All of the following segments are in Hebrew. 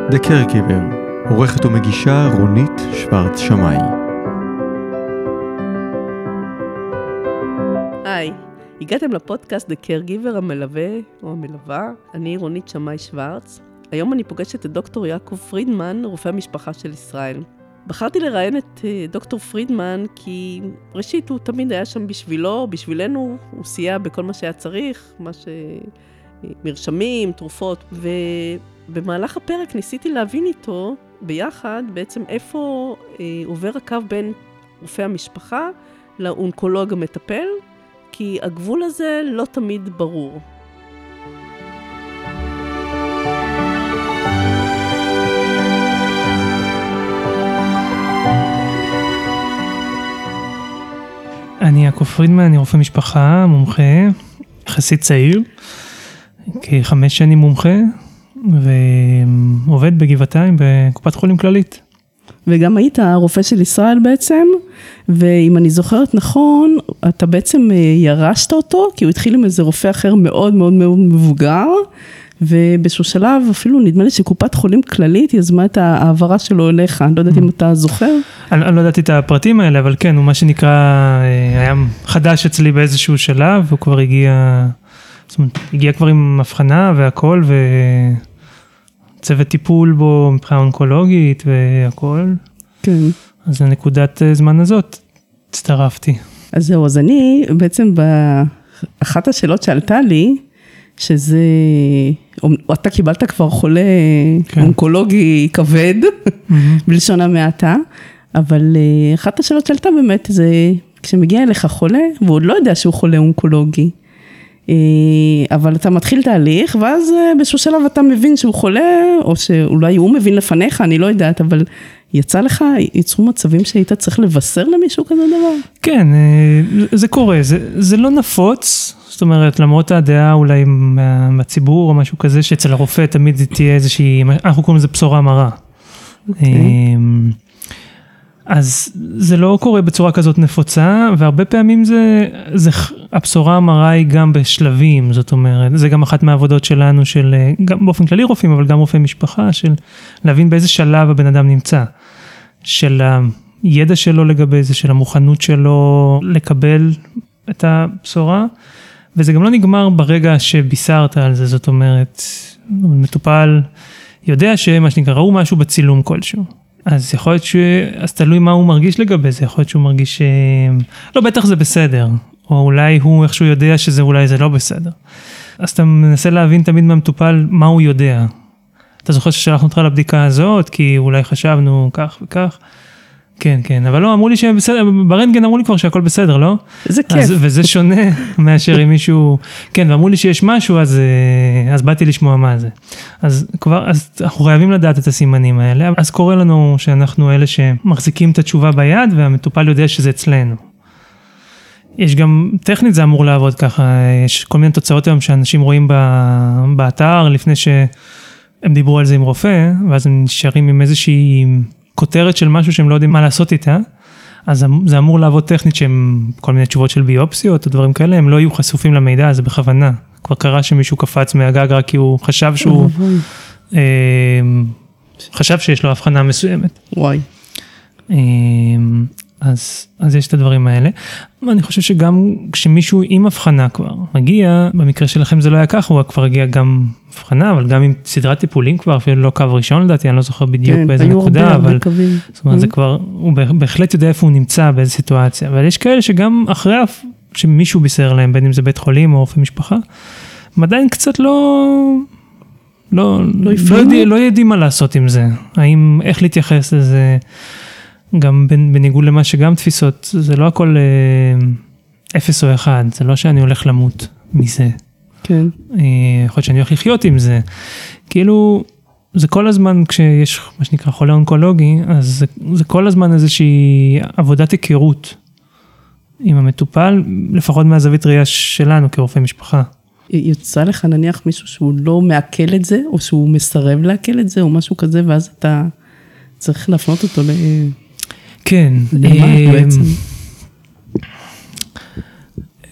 The Caregiver, עורכת ומגישה רונית שוורץ שמאי. היי, הגעתם לפודקאסט The Caregiver, המלווה או המלווה. אני רונית שמאי שוורץ. היום אני פוגשת את דוקטור יעקב פרידמן, רופא המשפחה של ישראל. בחרתי לראיין את דוקטור פרידמן כי ראשית הוא תמיד היה שם בשבילנו, הוא סייע בכל מה שהיה צריך, מרשמים, תרופות, ובמהלך הפרק ניסיתי להבין איתו ביחד בעצם איפה עובר הקו בין רופא המשפחה לאונקולוג המטפל, כי הגבול הזה לא תמיד ברור. אני יעקב פרידמן, אני רופא משפחה, מומחה, יחסית צעיר, כ5 שנים מומחה, ועובד בגבעתיים בקופת חולים כללית. וגם היית הרופא של ישראל בעצם, ואם אני זוכרת נכון, אתה בעצם ירשת אותו, כי הוא התחיל עם איזה רופא אחר מאוד מאוד מאוד מבוגר, ובאיזשהו שלב אפילו נדמה לי שקופת חולים כללית יזמה את העברה שלו אליך, אני לא יודעת אם אתה זוכר. אני לא ידעתי את הפרטים האלה, אבל כן, הוא מה שנקרא, היה חדש אצלי באיזשהו שלב, והוא כבר הגיע כבר עם הבחנה והכל, וצוות טיפול בו מבחינה אונקולוגית והכל. כן. אז לנקודת זמן הזאת הצטרפתי. אז זהו, אז אני בעצם באחת השאלות שעלתה לי, שזה, אתה קיבלת כבר חולה אונקולוגי כבד, בלשון המעטה, אבל אחת השאלות שעלתה באמת זה, כשמגיע אליך חולה, והוא עוד לא יודע שהוא חולה אונקולוגי, אבל אתה מתחיל תהליך, ואז באיזשהו שלב אתה מבין שהוא חולה, או שאולי הוא מבין לפניך, אני לא יודעת, אבל יצא לך, יצרו מצבים שהיית צריך לבשר למישהו כזה דבר? כן, זה קורה, זה לא נפוץ, זאת אומרת, למרות הדעה אולי מהציבור או משהו כזה, שאצל הרופא תמיד תהיה איזושהי, אנחנו קוראים לזה בשורה מרה. אז זה לא קורה בצורה כזאת נפוצה, והרבה פעמים הבשורה המרה היא גם בשלבים, זאת אומרת, זה גם אחת מהעבודות שלנו, גם באופן כללי רופאים, אבל גם רופאי משפחה, של להבין באיזה שלב הבן אדם נמצא, של הידע שלו לגבי זה, של המוכנות שלו לקבל את הבשורה, וזה גם לא נגמר ברגע שבישרת על זה, זאת אומרת, מטופל יודע שמה שנקרא, ראו משהו בצילום כלשהו. אז יכול להיות אז תלוי מה הוא מרגיש לגבי זה, יכול להיות שהוא מרגיש לא, בטח זה בסדר, או אולי הוא איכשהו יודע אולי זה לא בסדר. אז אתה מנסה להבין תמיד מהמטופל מה הוא יודע. אתה זוכר ששלחנו אותך לבדיקה הזאת, כי אולי חשבנו כך וכך, כן, אבל לא, אמרו לי שבסדר, ברנטגן אמרו לי כבר שהכל בסדר, לא? זה כיף. וזה שונה מאשר אם מישהו, כן, ואמרו לי שיש משהו, אז באתי לשמוע מה זה. אז אנחנו חייבים לדעת את הסימנים האלה, אז קורה לנו שאנחנו אלה שמחזיקים את התשובה ביד, והמטופל יודע שזה אצלנו. יש גם, טכנית זה אמור לעבוד ככה, יש כל מיני תוצאות היום שאנשים רואים באתר, לפני שהם דיברו על זה עם רופא, ואז הם נשארים עם איזושהי כותרת של משהו שהם לא יודעים מה לעשות איתה, אז זה אמור לעבוד טכנית שהם כל מיני תשובות של ביופסיות או דברים כאלה, הם לא יהיו חשופים למידע, זה בכוונה. כבר קרה שמישהו קפץ מהגג רק כי הוא חשב שהוא, חשב שיש לו הבחנה מסוימת. וואי. אז יש את הדברים האלה. אני חושב שגם כשמישהו עם הבחנה כבר מגיע, במקרה שלכם זה לא היה כך, הוא כבר הגיע גם הבחנה, אבל גם עם סדרת טיפולים כבר, אפילו לא קו ראשון לדעתי, אני לא זוכר בדיוק באיזה נקודה, אבל זאת אומרת, זה כבר, הוא בהחלט יודע איפה הוא נמצא, באיזה סיטואציה, אבל יש כאלה שגם אחרי שמישהו בישר להם, בין אם זה בית חולים או רופא משפחה, הם עדיין קצת לא יודעים מה לעשות עם זה, איך להתייחס לזה, גם בניגוד למה שגם תפיסות, זה לא הכל 0 או 1, זה לא שאני הולך למות מזה. כן. יכול להיות שאני הולך לחיות עם זה. כאילו, זה כל הזמן כשיש מה שנקרא חולה אונקולוגי, אז זה כל הזמן איזושהי עבודת היכרות עם המטופל, לפחות מהזווית ראייה שלנו כרופאי משפחה. יוצא לך נניח מישהו שהוא לא מעכל את זה, או שהוא מסרב לעכל את זה, או משהו כזה, ואז אתה צריך להפנות אותו כן. למה בעצם?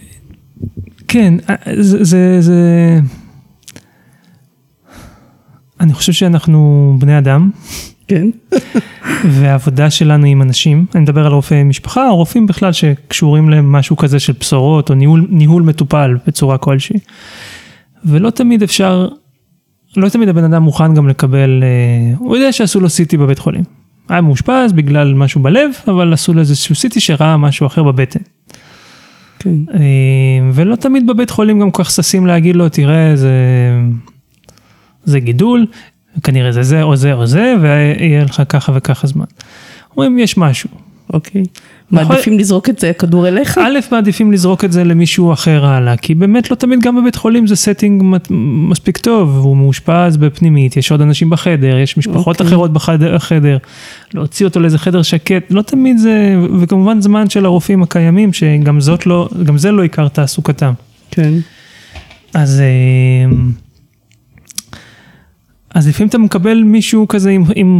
כן, אני חושב שאנחנו בני אדם. כן. והעבודה שלנו עם אנשים, אני מדבר על רופאי משפחה, או רופאים בכלל שקשורים למשהו כזה של בשורות, או ניהול מטופל בצורה כלשהי. ולא תמיד אפשר, לא תמיד הבן אדם מוכן גם לקבל, הוא יודע שעשו לו סיטי בבית חולים. היה מאושפז בגלל משהו בלב, אבל עשו לו איזשהו סיטי שראה משהו אחר בבטן. כן. ולא תמיד בבית חולים גם כל כך ששים להגיד לו, תראה, זה גידול, כנראה זה או זה או זה, ויהיה לך ככה וככה זמן. אומרים, יש משהו. אוקיי. מעדיפים לזרוק את זה כדור אליך? א', מעדיפים לזרוק את זה למישהו אחר הלאה, כי באמת לא תמיד גם בבית חולים זה סטינג מספיק טוב, הוא מאושפז בפנימית, יש עוד אנשים בחדר, יש משפחות אחרות בחדר, להוציא אותו לאיזה חדר שקט, לא תמיד זה, וכמובן זמן של הרופאים הקיימים, שגם זה לא עיקר תעסוקתם. כן. אז לפעמים אתה מקבל מישהו כזה עם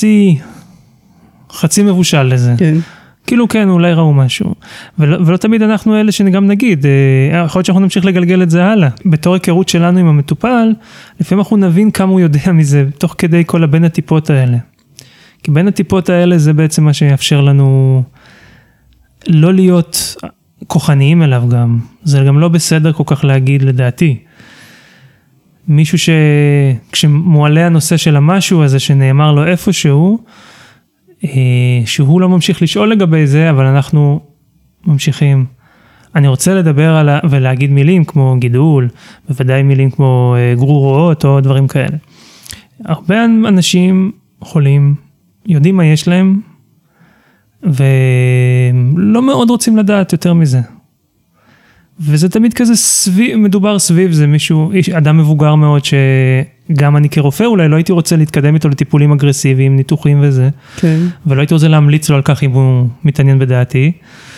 חצי מבושל לזה. כן. כאילו כן, אולי ראו משהו. ולא תמיד אנחנו אלה שגם נגיד, יכול להיות שאנחנו נמשיך לגלגל את זה הלאה. בתור היכרות שלנו עם המטופל, לפעמים אנחנו נבין כמה הוא יודע מזה, תוך כדי כל הבין הטיפות האלה. כי בין הטיפות האלה זה בעצם מה שיאפשר לנו לא להיות כוחניים אליו גם. זה גם לא בסדר כל כך להגיד לדעתי. מישהו כשמועלה הנושא של המשהו הזה שנאמר לו איפשהו, שהוא לא ממשיך לשאול לגבי זה, אבל אנחנו ממשיכים. אני רוצה לדבר ולהגיד מילים כמו גידול, בוודאי מילים כמו גרורות או דברים כאלה. הרבה אנשים חולים יודעים מה יש להם, ולא מאוד רוצים לדעת יותר מזה. וזה תמיד כזה מדובר סביב זה מישהו, אדם מבוגר מאוד שגם אני כרופא אולי לא הייתי רוצה להתקדם איתו לטיפולים אגרסיביים, ניתוחים וזה. כן. ולא הייתי רוצה להמליץ לו על כך אם הוא מתעניין בדעתי.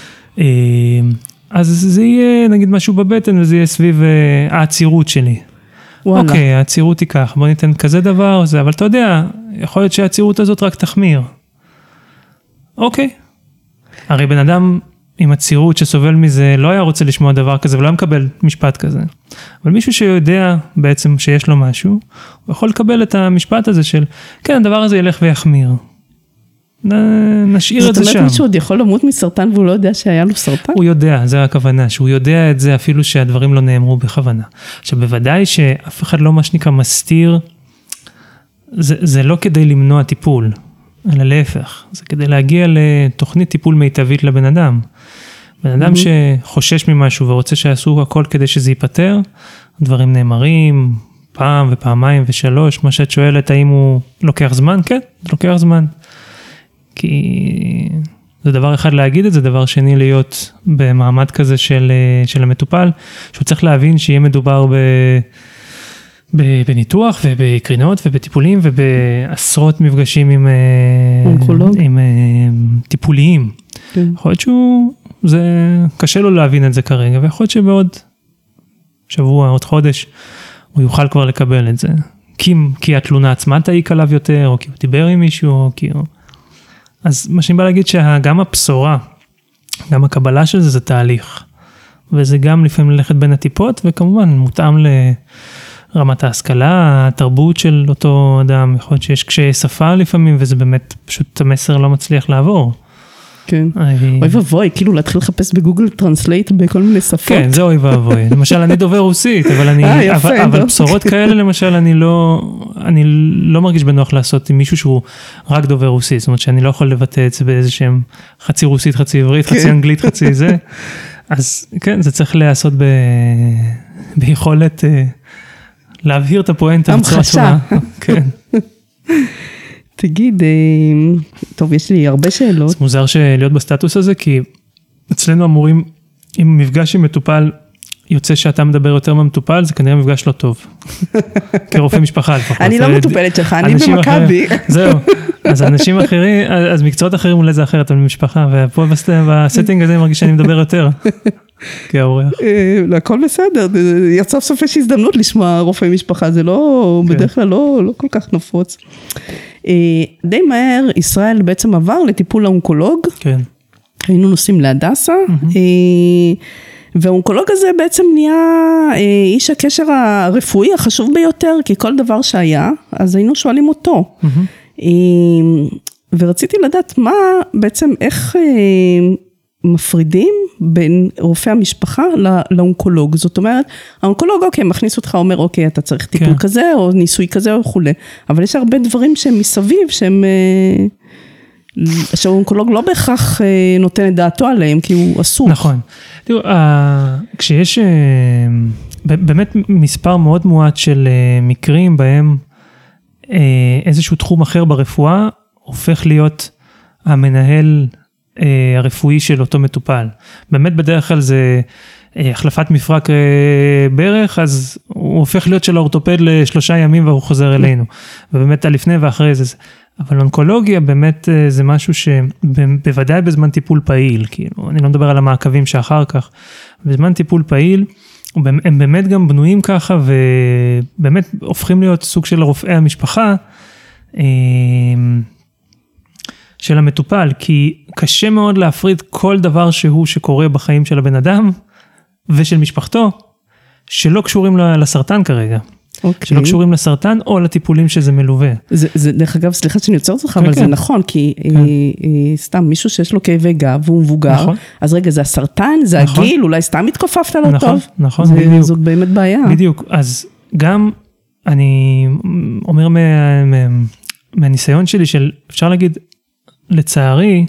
אז זה יהיה נגיד משהו בבטן וזה יהיה סביב העצירות שלי. וואלה. אוקיי, העצירות היא כך, בוא ניתן כזה דבר, זה, אבל אתה יודע, יכול להיות שהעצירות הזאת רק תחמיר. אוקיי. הרי בן אדם עם הצירות שסובל מזה, לא היה רוצה לשמוע דבר כזה, ולא היה מקבל משפט כזה. אבל מישהו שיודע בעצם שיש לו משהו, הוא יכול לקבל את המשפט הזה של, כן, הדבר הזה ילך ויחמיר. נשאיר את זה שם. זאת אומרת, מישהו עוד יכול למות מסרטן, והוא לא יודע שהיה לו סרטן? הוא יודע, זה הכוונה, שהוא יודע את זה, אפילו שהדברים לא נאמרו בכוונה. עכשיו, בוודאי שאף אחד לא מה שנקרא מסתיר, זה לא כדי למנוע טיפול, אלא להפך. זה כדי להגיע לתוכנית טיפול מיטבית לבן אדם. בן אדם שחושש ממשהו ורוצה שיעשו הכל כדי שזה ייפטר, דברים נאמרים פעם ופעמיים ושלוש, מה שאת שואלת, האם הוא לוקח זמן? כן, זה לוקח זמן. כי זה דבר אחד להגיד את זה, דבר שני להיות במעמד כזה של המטופל, שהוא צריך להבין שיהיה מדובר בניתוח ובקרינות ובטיפולים ובעשרות מפגשים עם טיפוליים. יכול להיות זה קשה לו להבין את זה כרגע, ויכול להיות שבעוד שבוע, עוד חודש, הוא יוכל כבר לקבל את זה. כי התלונה עצמה תעיק עליו יותר, או כי הוא דיבר עם מישהו, או כי הוא... אז מה שאני בא להגיד שגם הבשורה, גם הקבלה של זה, זה תהליך. וזה גם לפעמים ללכת בין הטיפות, וכמובן מותאם לרמת ההשכלה, התרבות של אותו אדם, יכול להיות שיש קשיי שפה לפעמים, וזה באמת פשוט המסר לא מצליח לעבור. כן. אוי ואבוי, כאילו להתחיל לחפש בגוגל טרנסלייט בכל מיני שפות. כן, זה אוי ואבוי. למשל, אני דובר רוסית, אבל בשורות כאלה, למשל, אני לא מרגיש בנוח לעשות עם מישהו שהוא רק דובר רוסית, זאת אומרת שאני לא יכול לבטא את זה באיזה שהם חצי רוסית, חצי עברית, חצי אנגלית, חצי זה. אז כן, זה צריך להיעשות ביכולת להבהיר את הפואנטה. המחשה. כן. תגיד, טוב, יש לי הרבה שאלות. זה מוזר להיות בסטטוס הזה, כי אצלנו אמורים, אם מפגש עם מטופל יוצא שאתה מדבר יותר מהמטופל, זה כנראה מפגש לא טוב. כרופא משפחה לפחות. אני לא מטופלת שלך, אני במכבי. זהו, אז אנשים אחרים, אז מקצועות אחרים אולי זה אחרת, אבל במשפחה, ופה בסטינג הזה מרגיש שאני מדבר יותר. כאורח. הכל בסדר, סוף סוף יש הזדמנות לשמוע רופא משפחה, זה לא, בדרך כלל לא כל כך נפוץ. די מהר, ישראל בעצם עבר לטיפול האונקולוג. כן. היינו נוסעים להדסה. והאונקולוג הזה בעצם נהיה איש הקשר הרפואי החשוב ביותר, כי כל דבר שהיה, אז היינו שואלים אותו. ורציתי לדעת מה בעצם, איך מפרידים בין רופא המשפחה לאונקולוג. זאת אומרת, האונקולוג, אוקיי, מכניס אותך, אומר, אוקיי, אתה צריך טיפול כזה, או ניסוי כזה, או וכו'. אבל יש הרבה דברים שהם מסביב, שהאונקולוג לא בהכרח נותן את דעתו עליהם, כי הוא אסור. נכון. תראו, כשיש באמת מספר מאוד מועט של מקרים, בהם איזשהו תחום אחר ברפואה, הופך להיות המנהל הרפואי של אותו מטופל. באמת בדרך כלל זה החלפת מפרק ברך, אז הוא הופך להיות של האורתופד ל3 ימים והוא חוזר אלינו. ובאמת לפני ואחרי זה. אבל אונקולוגיה באמת זה משהו שבוודאי בזמן טיפול פעיל, כאילו, אני לא מדבר על המעקבים שאחר כך, בזמן טיפול פעיל, הם באמת גם בנויים ככה, ובאמת הופכים להיות סוג של רופאי המשפחה, של המטופל, כי קשה מאוד להפריד כל דבר שקורה בחיים של הבן אדם, ושל משפחתו, שלא קשורים לסרטן כרגע. שלא קשורים לסרטן, או לטיפולים שזה מלווה. זה דרך אגב, סליחה שאני יוצרת אותך, אבל זה נכון, כי סתם מישהו שיש לו כאבי גב, והוא מבוגר, אז רגע, זה הסרטן, זה הגיל, אולי סתם התכופפת לא טוב. נכון, בדיוק. זאת באמת בעיה. בדיוק, אז גם, אני אומר מהניסיון שלי, אפשר להגיד, לצערי,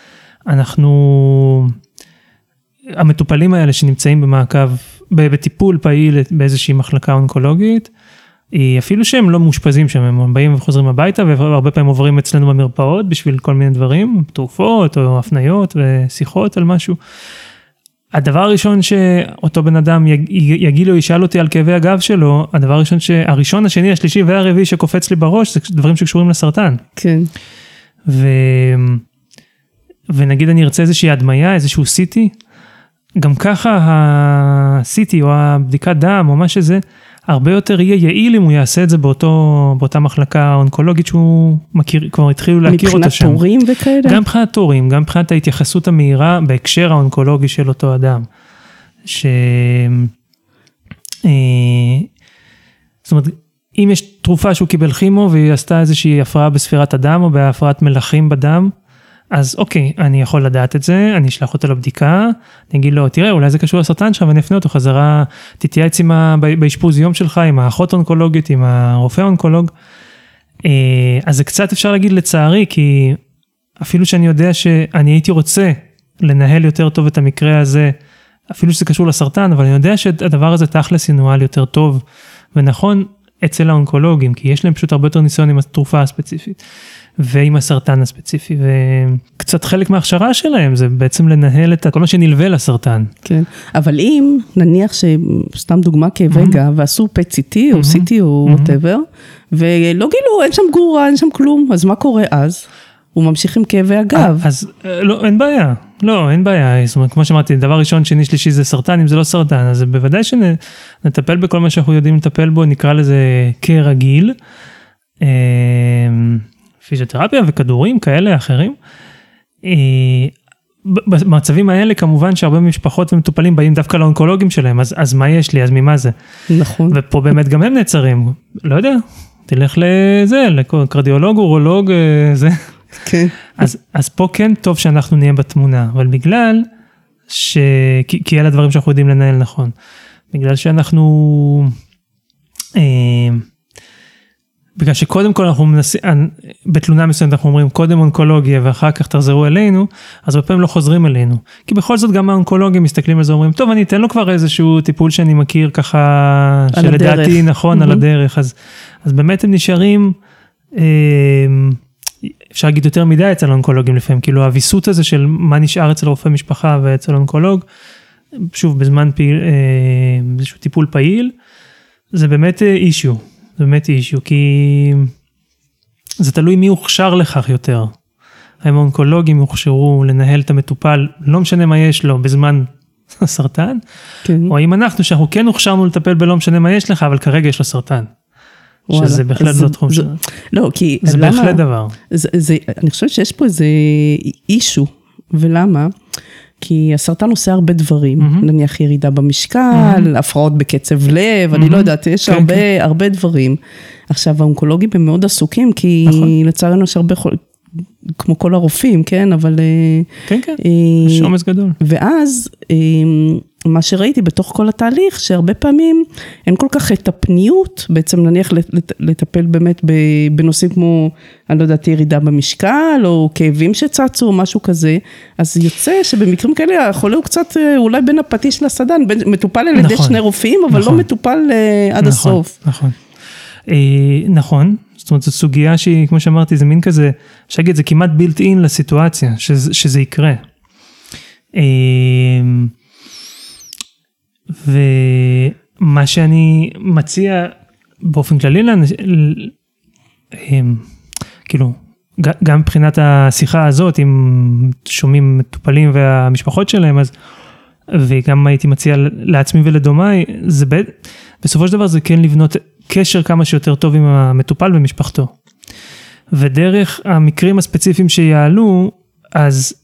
המטופלים האלה שנמצאים במעקב, בטיפול פעיל באיזושהי מחלקה אונקולוגית, אפילו שהם לא מאושפזים שם, הם באים וחוזרים הביתה, והרבה פעמים עוברים אצלנו במרפאות, בשביל כל מיני דברים, תרופות או הפניות ושיחות על משהו. הדבר הראשון שאותו בן אדם יגיד לו, ישאל אותי על כאבי הגב שלו, הדבר הראשון הראשון, השני, השלישי והרביעי שקופץ לי בראש, זה דברים שקשורים לסרטן. כן. ונגיד אני ארצה איזושהי הדמיה, איזשהו CT, גם ככה ה-CT או הבדיקת דם או מה שזה, הרבה יותר יהיה יעיל אם הוא יעשה את זה באותה מחלקה אונקולוגית שהוא מכיר, כבר התחילו להכיר אותה שם. מבחינת תורים וכאלה? גם מבחינת תורים, גם מבחינת ההתייחסות המהירה בהקשר האונקולוגי של אותו אדם. זאת אומרת, אם יש תרופה שהוא קיבל כימו והיא עשתה איזושהי הפרעה בספירת הדם או בהפרעת מלחים בדם, אז אוקיי, אני יכול לדעת את זה, אני אשלח אותו לבדיקה, אני אגיד לו, תראה, אולי זה קשור לסרטן שם, ואני אפנה אותו חזרה, תתייעץ באשפוז יום שלך, עם האחות אונקולוגית, עם הרופא אונקולוג. אז זה קצת אפשר להגיד לצערי, כי אפילו שאני יודע שאני הייתי רוצה לנהל יותר טוב את המקרה הזה, אפילו שזה קשור לסרטן, אבל אני יודע שהדבר הזה תכלס ינוהל יותר טוב, ונכון אצל האונקולוגים, כי יש להם פשוט הרבה יותר ניסיון עם התרופה הספציפית. ועם הסרטן הספציפי, וקצת חלק מההכשרה שלהם, זה בעצם לנהל את כל מה שנלווה לסרטן. כן, אבל אם נניח שסתם דוגמה כאבי גב, ועשו PET-CT או CT או whatever, ולא גילו, אין שם גרורה, אין שם כלום, אז מה קורה אז? הוא ממשיך עם כאבי הגב. אז לא, אין בעיה. לא, אין בעיה. זאת אומרת, כמו שאמרתי, דבר ראשון, שני, שלישי זה סרטן, אם זה לא סרטן, אז בוודאי שנטפל בכל מה שאנחנו יודעים לטפל בו, נקרא לזה כרגיל. פיזיותרפיה וכדורים כאלה אחרים. במצבים האלה כמובן שהרבה משפחות ומטופלים באים דווקא לאונקולוגים שלהם, אז מה יש לי, אז ממה זה? נכון. ופה באמת גם הם נעצרים, לא יודע, תלך לזה, לקרדיולוג, אורולוג, זה. כן. אז פה כן טוב שאנחנו נהיה בתמונה, אבל בגלל כי אלה הדברים שאנחנו יודעים לנהל נכון, בגלל שאנחנו בגלל שקודם כל אנחנו מנסים, בתלונה מסוימת אנחנו אומרים קודם אונקולוגיה ואחר כך תחזרו אלינו, אז בפעמים לא חוזרים אלינו. כי בכל זאת גם האונקולוגים מסתכלים על זה ואומרים, טוב אני אתן לו כבר איזשהו טיפול שאני מכיר ככה, שלדעתי נכון על הדרך, אז באמת הם נשארים, אפשר להגיד יותר מדי אצל האונקולוגים לפעמים, כאילו הוויסות הזה של מה נשאר אצל רופא משפחה ואצל האונקולוג, שוב בזמן איזשהו טיפול פעיל, זה באמת אישיו. זה באמת אישיו, כי זה תלוי מי הוכשר לכך יותר. האם האונקולוגים הוכשרו לנהל את המטופל, לא משנה מה יש לו בזמן הסרטן, כן. או האם אנחנו שאנחנו כן הוכשרנו לטפל בלא משנה מה יש לך, אבל כרגע יש לו סרטן. וואלה, שזה בהחלט לא תחום שלנו. לא, כי זה למה, בהחלט דבר. אני חושבת שיש פה איזה אישו, ולמה? כי הסרטן עושה הרבה דברים, נניח ירידה במשקל, הפרעות בקצב לב, אני לא יודעת, יש הרבה דברים. עכשיו, האונקולוגים הם מאוד עסוקים, כי לצערנו יש הרבה, כמו כל הרופאים, כן, אבל... כן, יש עומס גדול. ואז, מה שראיתי בתוך כל התהליך, שהרבה פעמים אין כל כך את הפניות, בעצם נניח לטפל באמת בנושאים כמו, אני לא יודעת, ירידה במשקל, או כאבים שצצו, או משהו כזה, אז יוצא שבמקרים כאלה, החולה הוא קצת אולי בין הפטיש לסדן, מטופל על ידי שני רופאים, אבל לא מטופל עד הסוף. נכון. נכון, זאת אומרת, זו סוגיה שהיא, כמו שאמרתי, זה מין כזה, שגיד, זה כמעט built in לסיטואציה, שזה יקרה. ומה שאני מציע באופן כללי, כאילו, גם מבחינת השיחה הזאת, אם שומעים מטופלים והמשפחות שלהם, אז, וגם הייתי מציע לעצמי ולדומי, זה בסופו של דבר זה כן לבנות קשר כמה שיותר טוב עם המטופל ומשפחתו. ודרך המקרים הספציפיים שיעלו, אז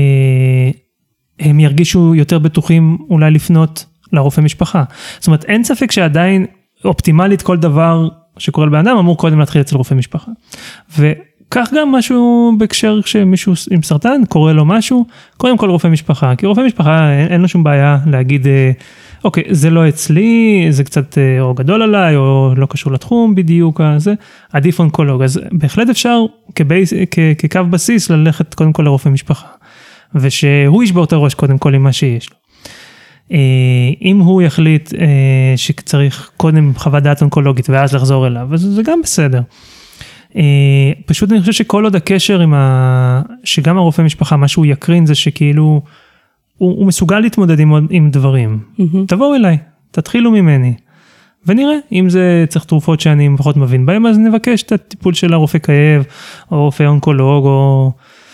הם ירגישו יותר בטוחים אולי לפנות לרופא משפחה. זאת אומרת, אין ספק שעדיין אופטימלית כל דבר שקורה לבן אדם, אמור קודם להתחיל אצל רופא משפחה. וכך גם משהו בהקשר כשמישהו עם סרטן, קורה לו משהו, קודם כל רופא משפחה. כי רופא משפחה אין לו שום בעיה להגיד, אוקיי, זה לא אצלי, זה קצת או גדול עליי, או לא קשור לתחום בדיוק, זה עדיף אונקולוג. אז בהחלט אפשר כקו בסיס ללכת קודם כל לרופא משפחה. ושהוא ישבור את הראש קודם כל עם מה שיש לו. אם הוא יחליט שצריך קודם חוות דעת אונקולוגית ואז לחזור אליו, אז זה גם בסדר. פשוט אני חושב שכל עוד הקשר שגם הרופא משפחה, מה שהוא יקרין זה שכאילו, הוא מסוגל להתמודד עם דברים. תבואו אליי, תתחילו ממני, ונראה, אם זה צריך תרופות שאני פחות מבין בהם, אז נבקש את הטיפול של הרופא כאב, או רופא אונקולוג, או...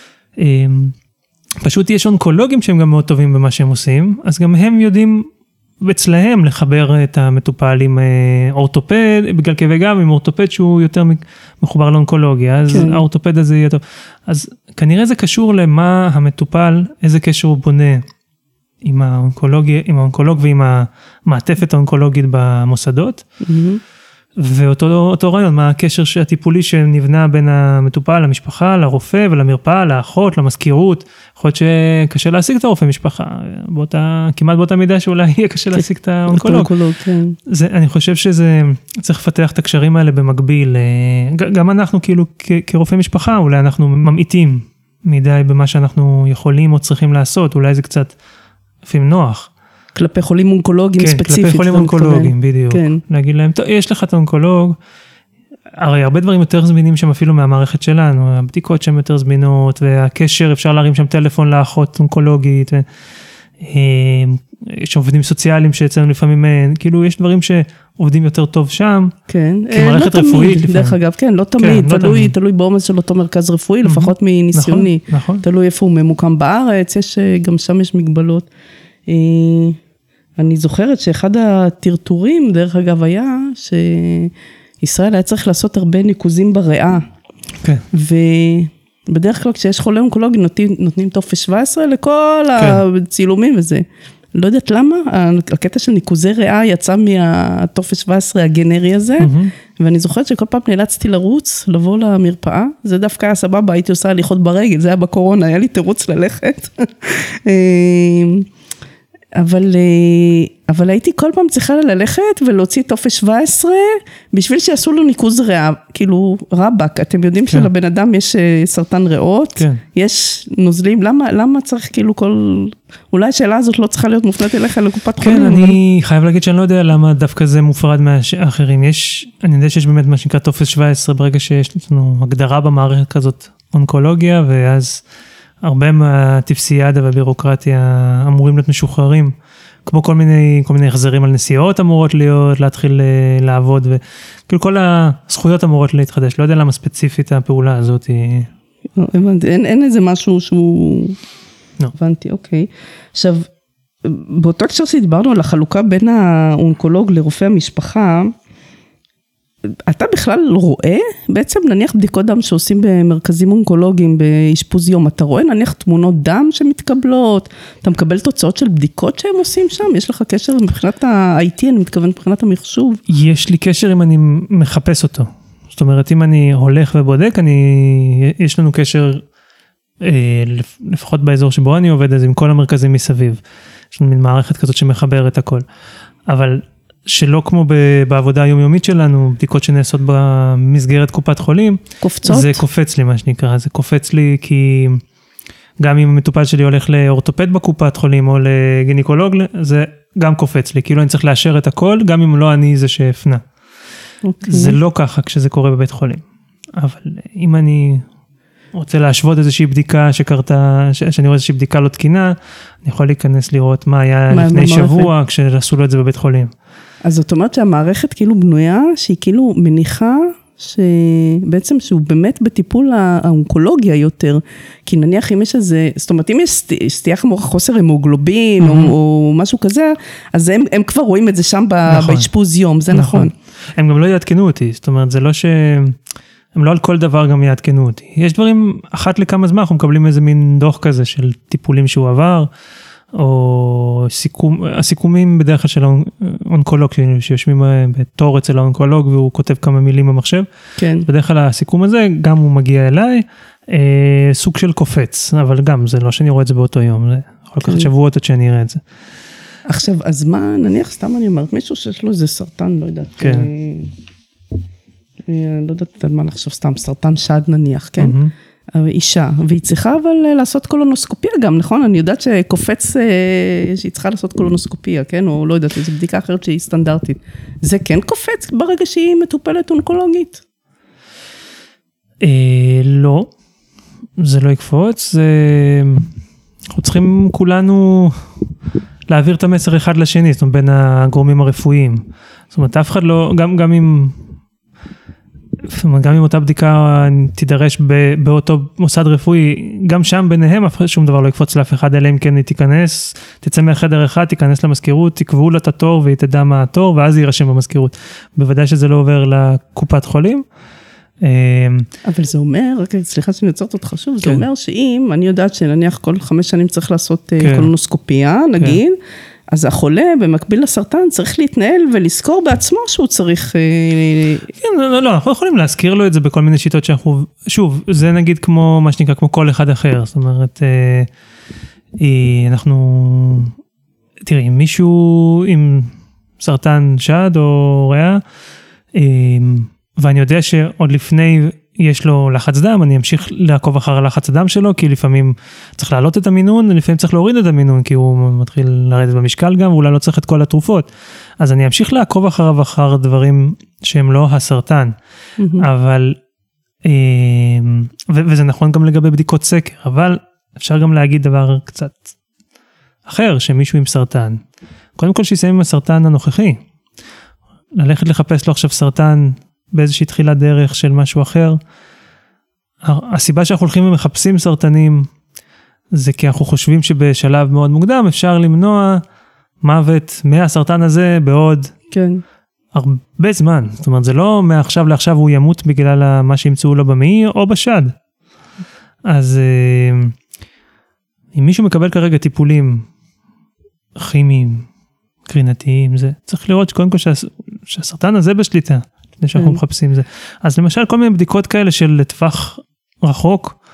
פשוט יש אונקולוגים שהם גם מאוד טובים במה שהם עושים, אז גם הם יודעים אצלהם לחבר את המטופל עם אורתופד, בגלל כאבי גב, עם אורתופד שהוא יותר מחובר לאונקולוגיה, אז האורתופד הזה יהיה טוב. אז כנראה זה קשור למה המטופל, איזה קשר הוא בונה עם האונקולוג ועם המעטפת האונקולוגית במוסדות, ואותו רעיון, מה הקשר הטיפולי שנבנה בין המטופל, למשפחה, לרופא ולמרפאה, לאחות, למזכירות, יכול להיות שקשה להשיג את הרופא משפחה, כמעט באותה מידה שאולי יהיה קשה להשיג את האונקולוג. אני חושב שזה, צריך לפתח את הקשרים האלה במקביל, גם אנחנו כאילו כרופא משפחה, אולי אנחנו ממעיטים מדי במה שאנחנו יכולים או צריכים לעשות, אולי זה קצת לפעמים נוח. כלפי חולים אונקולוגיים ספציפית. כן, כלפי חולים אונקולוגיים, בדיוק. להגיד להם, טוב, יש לך את האונקולוג, הרי הרבה דברים יותר זמינים שם אפילו מהמערכת שלנו, הבדיקות שם יותר זמינות, והקשר, אפשר להרים שם טלפון לאחות אונקולוגית, יש עובדים סוציאליים שאצלנו לפעמים, כאילו יש דברים שעובדים יותר טוב שם, כמערכת רפואית לפעמים. דרך אגב, כן, לא תמיד, תלוי בעומס של אותו מרכז רפואי, לפחות מניסיוני, תלוי איפה הוא ממוקם בארץ, גם שם יש מגבלות. אני זוכרת שאחד הטרטורים, דרך אגב, היה שישראל היה צריך לעשות הרבה ניקוזים בריאה. כן. ובדרך כלל כשיש חולה אונקולוגי נותנים טופס 17 לכל הצילומים וזה. לא יודעת למה, הקטע של ניקוזי ריאה יצא מהטופס 17 הגנרי הזה, ואני זוכרת שכל פעם נאלצתי לרוץ, לבוא למרפאה, זה דווקא היה סבבה, הייתי עושה הליכות ברגל, זה היה בקורונה, היה לי תירוץ ללכת. אבל הייתי כל פעם צריכה ללכת ולהוציא טופס 17, בשביל שיעשו לו ניקוז ריאה, כאילו רבק, אתם יודעים שלבן אדם יש סרטן ריאות, יש נוזלים, למה צריך כאילו אולי השאלה הזאת לא צריכה להיות מופנית אליך לקופת חולים? כן, אני חייב להגיד שאני לא יודע למה דווקא זה מופרד מהאחרים, אני יודע שיש באמת מה שנקרא טופס 17, ברגע שיש לנו הגדרה במערכת כזאת אונקולוגיה, ואז הרבה מהטיפסיאדה והבירוקרטיה אמורים להיות משוחררים, כמו כל מיני החזרים על נסיעות אמורות להיות, להתחיל לעבוד, וכאילו כל הזכויות אמורות להתחדש, לא יודע למה ספציפית הפעולה הזאת היא... אין איזה משהו שהוא... הבנתי, אוקיי. עכשיו, באותו הקשר שדיברנו על החלוקה בין האונקולוג לרופא המשפחה, אתה בכלל רואה, בעצם נניח בדיקות דם שעושים במרכזים אונקולוגיים באשפוז יום, אתה רואה נניח תמונות דם שמתקבלות, אתה מקבל תוצאות של בדיקות שהם עושים שם, יש לך קשר מבחינת ה-IT, אני מתכוון מבחינת המחשוב? יש לי קשר אם אני מחפש אותו. זאת אומרת, אם אני הולך ובודק, יש לנו קשר, לפחות באזור שבו אני עובד, אז עם כל המרכזים מסביב. יש לנו מין מערכת כזאת שמחבר את הכל. אבל שלא כמו בעבודה היומיומית שלנו, בדיקות שנעשות במסגרת קופת חולים, קופצות? זה קופץ לי מה שנקרא, זה קופץ לי כי גם אם המטופל שלי הולך לאורתופד בקופת חולים או לגינקולוג, זה גם קופץ לי, כאילו אני צריך לאשר את הכל, גם אם לא אני זה שהפנה. זה לא ככה כשזה קורה בבית חולים. אבל אם אני רוצה להשוות איזושהי בדיקה שקרתה, שאני רואה איזושהי בדיקה לא תקינה, אני יכול להיכנס לראות מה היה לפני שבוע כשעשו לו את זה בבית חולים. אז זאת אומרת שהמערכת כאילו בנויה, שהיא כאילו מניחה שבעצם שהוא באמת בטיפול האונקולוגיה יותר, כי נניח אם יש איזה, זאת אומרת אם יש סטייה חוסר המוגלובין או משהו כזה, אז הם כבר רואים את זה שם באשפוז יום, זה נכון. הם גם לא יעדכנו אותי, זאת אומרת זה לא הם לא על כל דבר גם יעדכנו אותי. יש דברים, אחת לכמה זמן, אנחנו מקבלים איזה מין דוח כזה של טיפולים שהוא עבר, או הסיכומים בדרך כלל של האונקולוג, שיושבים בתור אצל האונקולוג, והוא כותב כמה מילים במחשב. כן. בדרך כלל הסיכום הזה, גם הוא מגיע אליי, סוג של קופץ, אבל גם זה לא שאני רואה את זה באותו יום, זה יכול לקחת שבועות עד שאני אראה את זה. עכשיו, אז מה, נניח סתם אני אומרת, מישהו שיש לו איזה סרטן, לא יודעת. כן. לא יודעת על מה לחשוב, סתם סרטן שד נניח, כן? אישה, והיא צריכה אבל לעשות קולונוסקופיה גם, נכון? אני יודעת שקופץ שהיא צריכה לעשות קולונוסקופיה, כן? או לא יודעת, זו בדיקה אחרת שהיא סטנדרטית. זה כן קופץ ברגע שהיא מטופלת אונקולוגית? לא, זה לא יקפוץ, אנחנו צריכים כולנו להעביר את המסר אחד לשני, זאת אומרת, בין הגורמים הרפואיים. זאת אומרת, אף אחד לא, גם אם אותה בדיקה תידרש באותו מוסד רפואי, גם שם ביניהם שום דבר לא יקפוץ לאף אחד, אלא אם כן היא תיכנס, תצא מהחדר אחד, תיכנס למזכירות, תקבעו לה את התור והיא תדע מה התור, ואז היא יירשם במזכירות. בוודאי שזה לא עובר לקופת חולים. אבל זה אומר, סליחה שאני יוצרת אותך שוב, זה אומר שאם, אני יודעת שנניח כל 5 שנים צריך לעשות קולונוסקופיה, נגיד, אז החולה במקביל לסרטן צריך להתנהל ולזכור בעצמו שהוא צריך... כן, לא, אנחנו יכולים להזכיר לו את זה בכל מיני שיטות שאנחנו... שוב, זה נגיד כמו, מה שנקרא, כמו כל אחד אחר. זאת אומרת, אנחנו... תראי, מישהו עם סרטן שד או ריאה, ואני יודע שעוד לפני... יש לו לחץ דם, אני אמשיך לעקוב אחר לחץ הדם שלו, כי לפעמים צריך להעלות את המינון, לפעמים צריך להוריד את המינון, כי הוא מתחיל לרדת במשקל גם, ואולי לא צריך את כל התרופות. אז אני אמשיך לעקוב אחר דברים שהם לא הסרטן. אבל, וזה נכון גם לגבי בדיקות סקר, אבל אפשר גם להגיד דבר קצת אחר, שמישהו עם סרטן. קודם כל שיסיים עם הסרטן הנוכחי. ללכת לחפש לו עכשיו סרטן, באיזושהי תחילת דרך של משהו אחר. הסיבה שאנחנו הולכים ומחפשים סרטנים, זה כי אנחנו חושבים שבשלב מאוד מוקדם אפשר למנוע מוות מהסרטן הזה בעוד הרבה זמן. זאת אומרת, זה לא מעכשיו לעכשיו הוא ימות בגלל מה שימצאו לו במעי או בשד. אז אם מישהו מקבל כרגע טיפולים כימיים, קרינתיים, זה צריך לראות שקודם כל שהסרטן הזה בשליטה. שאנחנו מחפשים זה. אז למשל, כל מיני בדיקות כאלה של טווח רחוק,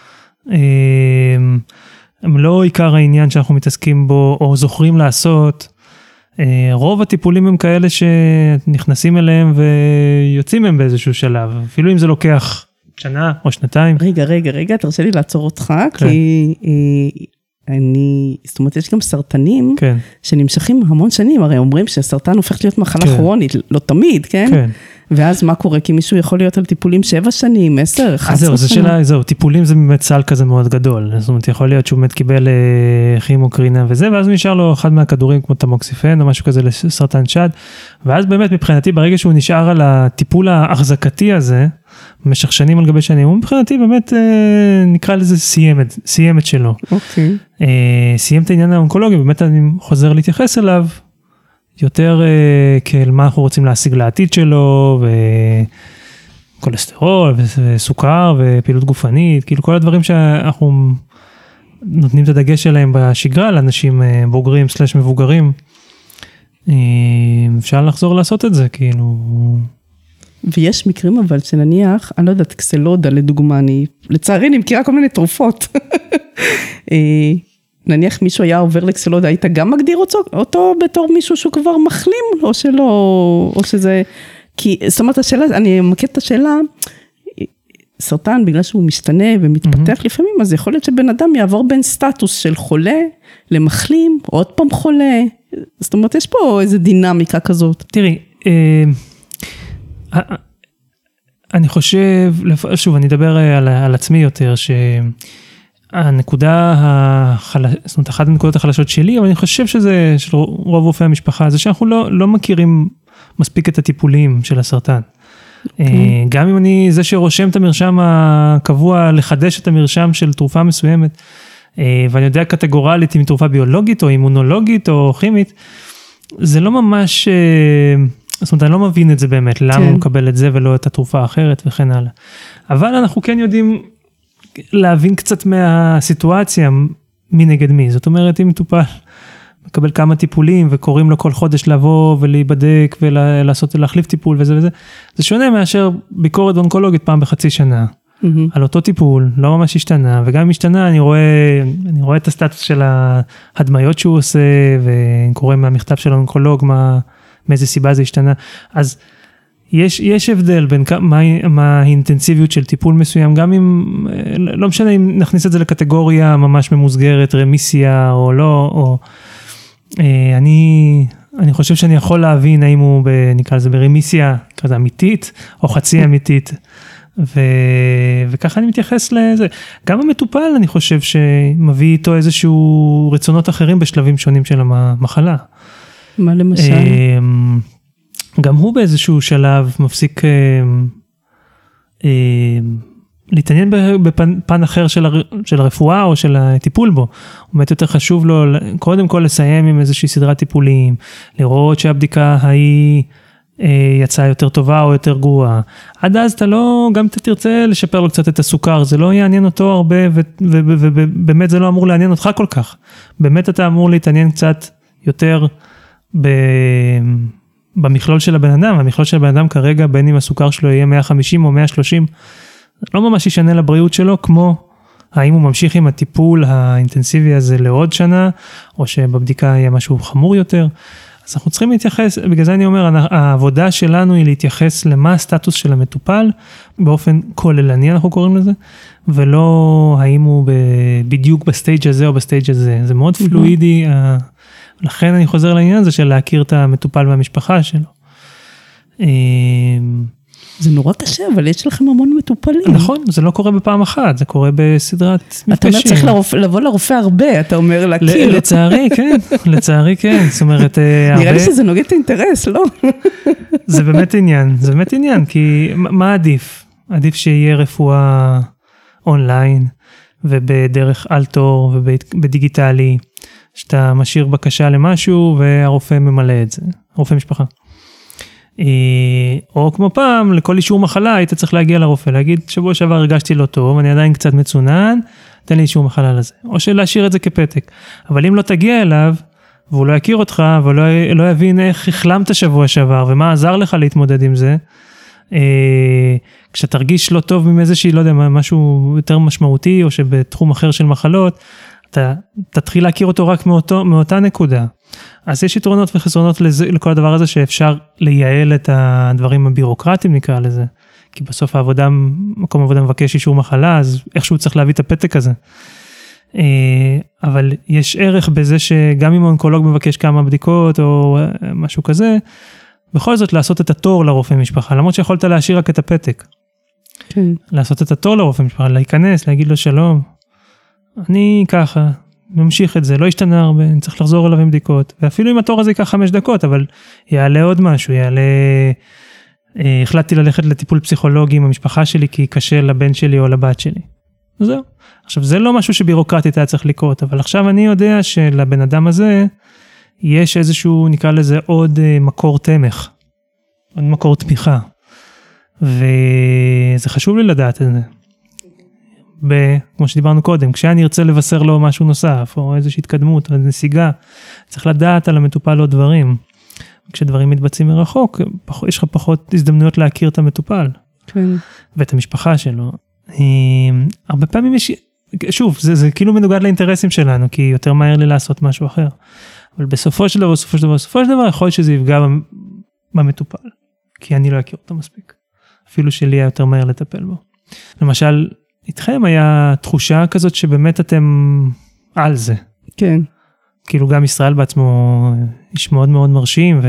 הם לא עיקר העניין שאנחנו מתעסקים בו, או זוכרים לעשות. רוב הטיפולים הם כאלה שנכנסים אליהם ויוצאים מהם באיזשהו שלב, אפילו אם זה לוקח שנה או שנתיים. רגע, תרשה לי לעצור אותך, כי זאת אומרת, יש גם סרטנים שנמשכים המון שנים, הרי אומרים שהסרטן הופך להיות מחלה כרונית, לא תמיד, כן? כן. ואז מה קורה? כי מישהו יכול להיות על טיפולים 7 שנים, 10, 11 שנה. זהו, טיפולים זה באמת סל כזה מאוד גדול, זאת אומרת, יכול להיות שהוא באמת קיבל כימוקרינה וזה, ואז הוא נשאר לו אחד מהכדורים כמו תמוקסיפן או משהו כזה לסרטן שד, ואז באמת מבחינתי, ברגע שהוא נשאר על הטיפול ההחזקתי הזה, במשך שנים על גבי שנים, הוא מבחינתי באמת נקרא לזה סיים את שלו. אוקיי. סיים את העניין האונקולוגי, באמת אני חוזר להתייחס אליו, יותר כאל מה אנחנו רוצים להשיג לעתיד שלו, וקולסטרול, וסוכר, ופעילות גופנית, כאילו כל הדברים שאנחנו נותנים את הדגש שלהם בשגרה, לאנשים בוגרים סלש מבוגרים, אפשר לחזור לעשות את זה, כאילו... ויש מקרים אבל שנניח, אני לא יודעת, קסלודה לדוגמה, לצערי אני מכירה כל מיני תרופות. נניח מישהו היה עובר לקסלודה, היית גם מגדיר אותו בתור מישהו שהוא כבר מחלים, או שלא, או שזה... כי, זאת אומרת, השאלה, אני מכיר את השאלה, סרטן, בגלל שהוא משתנה ומתפתח לפעמים, אז יכול להיות שבן אדם יעבור בין סטטוס של חולה למחלים, עוד פעם חולה. זאת אומרת, יש פה איזו דינמיקה כזאת. תראי, אני חושב, שוב, אני אדבר על עצמי יותר, שהנקודה, זאת אומרת, אחת הנקודות החלשות שלי, אבל אני חושב שזה, של רוב רופאי המשפחה, זה שאנחנו לא מכירים מספיק את הטיפולים של הסרטן. גם אם אני זה שרושם את המרשם הקבוע, לחדש את המרשם של תרופה מסוימת, ואני יודע קטגורלית אם תרופה ביולוגית או אימונולוגית או כימית, זה לא ממש, זאת אומרת, אני לא מבין את זה באמת, למה הוא מקבל את זה ולא את התרופה האחרת וכן הלאה. אבל אנחנו כן יודעים להבין קצת מהסיטואציה, מי נגד מי. זאת אומרת, אם מטופל מקבל כמה טיפולים וקוראים לו כל חודש לבוא ולהיבדק ולהחליף טיפול וזה וזה, זה שונה מאשר ביקורת אונקולוגית פעם בחצי שנה. על אותו טיפול, לא ממש השתנה, וגם אם השתנה, אני רואה את הסטטוס של ההדמיות שהוא עושה, וקורא מהמכתב של האונקולוג, מאיזה סיבה זה השתנה. אז יש הבדל בין מה האינטנסיביות של טיפול מסוים, גם אם, לא משנה אם נכניס את זה לקטגוריה ממש ממוסגרת, רמיסיה או לא, או אני חושב שאני יכול להבין האם הוא, נקרא לזה ברמיסיה, כזה אמיתית, או חצי אמיתית, וככה אני מתייחס לזה. גם המטופל, אני חושב שמביא איתו איזשהו רצונות אחרים בשלבים שונים של המחלה. מה למשל? גם הוא באיזשהו שלב מפסיק להתעניין בפן אחר של הרפואה או של הטיפול בו. הוא באמת יותר חשוב לו קודם כל לסיים עם איזושהי סדרת טיפולים, לראות שהבדיקה ההיא יצאה יותר טובה או יותר גרועה. עד אז אתה לא, גם אתה תרצה לשפר לו קצת את הסוכר, זה לא יעניין אותו הרבה, ובאמת זה לא אמור לעניין אותך כל כך. באמת אתה אמור להתעניין קצת יותר במכלול של הבן אדם. המכלול של הבן אדם כרגע, בין אם הסוכר שלו יהיה 150 או 130, זה לא ממש ישנה לבריאות שלו, כמו האם הוא ממשיך עם הטיפול האינטנסיבי הזה לעוד שנה, או שבבדיקה יהיה משהו חמור יותר. אז אנחנו צריכים להתייחס, בגלל זה אני אומר, העבודה שלנו היא להתייחס למה הסטטוס של המטופל, באופן כוללני אנחנו קוראים לזה, ולא האם הוא בדיוק בסטייג' הזה או בסטייג' הזה. זה מאוד פלואידי, לכן אני חוזר לעניין הזה של להכיר את המטופל והמשפחה שלו. זה נורא קשה, אבל יש לכם המון מטופלים. נכון, זה לא קורה בפעם אחת, זה קורה בסדרת מפגשים. אתה אומר, צריך לבוא לרופא הרבה, אתה אומר, להכיר. לצערי, כן, לצערי, כן. זאת אומרת, נראה לי שזה נוגע את האינטרס, לא? זה באמת עניין, כי מה עדיף? עדיף שיהיה רפואה אונליין, ובדרך אלתור, ובדיגיטלי, שאתה משאיר בקשה למשהו, והרופא ממלא את זה, רופא משפחה. או כמו פעם, לכל אישור מחלה, היית צריך להגיע לרופא, להגיד, שבוע שעבר הרגשתי לא טוב, אני עדיין קצת מצונן, תן לי אישור מחלה לזה. או שלהשאיר את זה כפתק. אבל אם לא תגיע אליו, והוא לא יכיר אותך, ולא יבין איך החלמת שבוע שעבר, ומה עזר לך להתמודד עם זה, כשאתה תרגיש לא טוב עם איזושהי, לא יודע, משהו יותר משמעותי, או שבתחום אחר של מחלות, אתה תתחיל להכיר אותו רק מאותה נקודה. אז יש יתרונות וחסרונות לכל הדבר הזה, שאפשר לייעל את הדברים הבירוקרטיים, נקרא לזה. כי בסוף העבודה, מקום עבודה מבקש אישור מחלה, אז איכשהו צריך להביא את הפתק הזה. אבל יש ערך בזה שגם אם האונקולוג מבקש כמה בדיקות, או משהו כזה, בכל זאת לעשות את התור לרופא משפחה, למרות שיכולת להשאיר רק את הפתק. כן. לעשות את התור לרופא משפחה, להיכנס, להגיד לו שלום, אני ככה, ממשיך את זה, לא ישתנה הרבה, אני צריך לחזור אליו עם בדיקות, ואפילו אם התור הזה ייקח 5 דקות, אבל יעלה עוד משהו, החלטתי ללכת לטיפול פסיכולוגי עם המשפחה שלי, כי קשה לבן שלי או לבת שלי. זהו. עכשיו, זה לא משהו שבירוקרטית היה צריך לקרות, אבל עכשיו אני יודע שלבן אדם הזה, יש איזשהו, נקרא לזה עוד מקור תמך, עוד מקור תמיכה, וזה חשוב לי לדעת את זה. כמו שדיברנו קודם, כשאני ארצה לבשר לו משהו נוסף, או איזושהי התקדמות, או נסיגה, צריך לדעת על המטופל עוד דברים. כשדברים מתבצעים מרחוק, יש לך פחות הזדמנויות להכיר את המטופל. כן. ואת המשפחה שלו. הרבה פעמים יש, שוב, זה כאילו מנוגד לאינטרסים שלנו, כי יותר מהר לי לעשות משהו אחר. אבל בסופו של דבר, יכול להיות שזה יפגע במטופל, כי אני לא אכיר אותו מספיק. אפילו שלי היה יותר מהר לטפל בו. למשל, איתכם היה תחושה כזאת שבאמת אתם על זה. כן. כאילו גם ישראל בעצמו איש מאוד מאוד מרשים,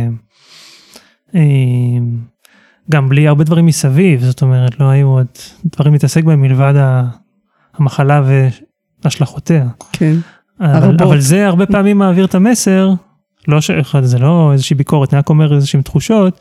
וגם בלי הרבה דברים מסביב, זאת אומרת, לא היו עוד דברים להתעסק בהם מלבד המחלה והשלכותיה. כן. אבל זה הרבה פעמים מעביר את המסר, זה לא איזושהי ביקורת, אני רק אומר איזושהי תחושות,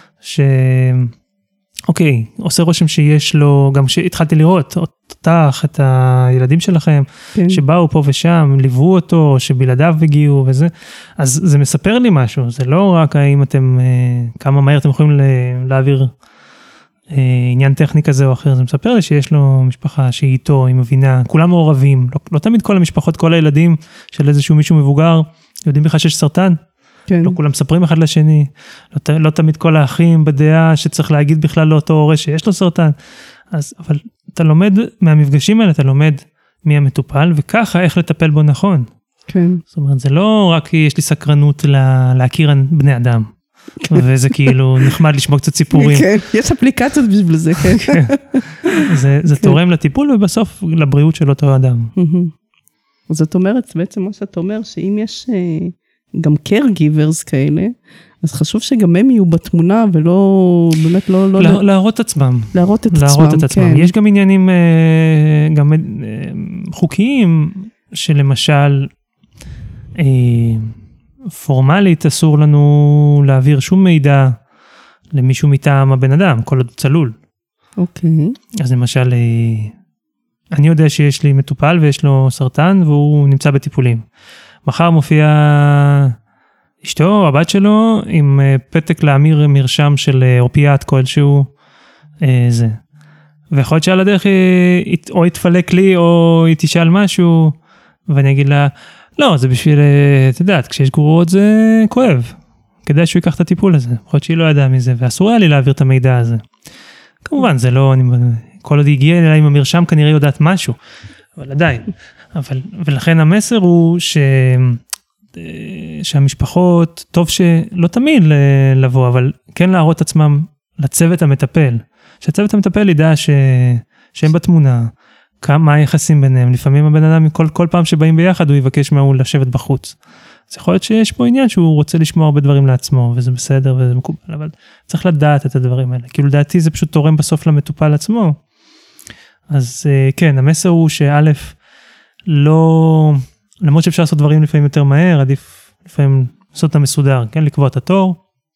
אוקיי, עושה רושם שיש לו, גם שהתחלתי לראות אותך, את הילדים שלכם, כן. שבאו פה ושם, ליוו אותו, שבלעדיו הגיעו וזה, אז זה מספר לי משהו, זה לא רק האם אתם, כמה מהר אתם יכולים להעביר עניין טכני כזה או אחר, זה מספר לי שיש לו משפחה שהיא איתו, היא מבינה, כולם מעורבים, לא תמיד כל המשפחות, כל הילדים של איזשהו מישהו מבוגר, יודעים בכלל שיש סרטן, כן. לא כולם מספרים אחד לשני, לא תמיד כל האחים בדעה שצריך להגיד בכלל לאותו הורה שיש לו סרטן, אבל אתה לומד מהמפגשים האלה, אתה לומד מי המטופל, וככה איך לטפל בו נכון. כן. זאת אומרת, זה לא רק יש לי סקרנות להכיר בני אדם, וזה כאילו נחמד לשמוע קצת סיפורים. כן, יש אפליקציות בשביל זה, כן. זה תורם לטיפול, ובסוף לבריאות של אותו אדם. זאת אומרת, בעצם מה שאת אומר, שאם יש גם caregivers כאלה, אז חשוב שגם הם יהיו בתמונה, ולא, באמת לא... להראות את עצמם. להראות את עצמם, כן. יש גם עניינים, גם חוקיים, שלמשל, פורמלית אסור לנו להעביר שום מידע למישהו מטעם הבן אדם, כל עוד צלול. אוקיי. אז למשל, אני יודע שיש לי מטופל ויש לו סרטן, והוא נמצא בטיפולים. מחר מופיע אשתו, הבת שלו, עם פתק להמיר מרשם של אופיאט כלשהו, זה. ויכול להיות שעל הדרך או יתפלק לי, או היא תשאל משהו, ואני אגיד לה, לא, זה בשביל, את יודעת, כשיש גרורות זה כואב. כדאי שהוא ייקח את הטיפול הזה. יכול להיות שהיא לא ידעה מזה, ואסור היה לי להעביר את המידע הזה. כמובן, זה לא, כל עוד הגיע אליי עם המרשם, כנראה יודעת משהו. אבל עדיין. ולכן המסר הוא שהמשפחות, טוב שלא תמיד לבוא, אבל כן להראות עצמם לצוות המטפל. שהצוות המטפל ידע שהם בתמונה, מה היחסים ביניהם. לפעמים הבן אדם, כל פעם שבאים ביחד, הוא יבקש מהוא לשבת בחוץ. אז יכול להיות שיש פה עניין שהוא רוצה לשמוע הרבה דברים לעצמו, וזה בסדר וזה מקובל, אבל צריך לדעת את הדברים האלה. כאילו לדעתי זה פשוט תורם בסוף למטופל עצמו. אז כן, המסר הוא שא' לא, למרות שאפשר לעשות דברים לפעמים יותר מהר, עדיף לפעמים לעשות אותם מסודר, כן? לקבוע את התור.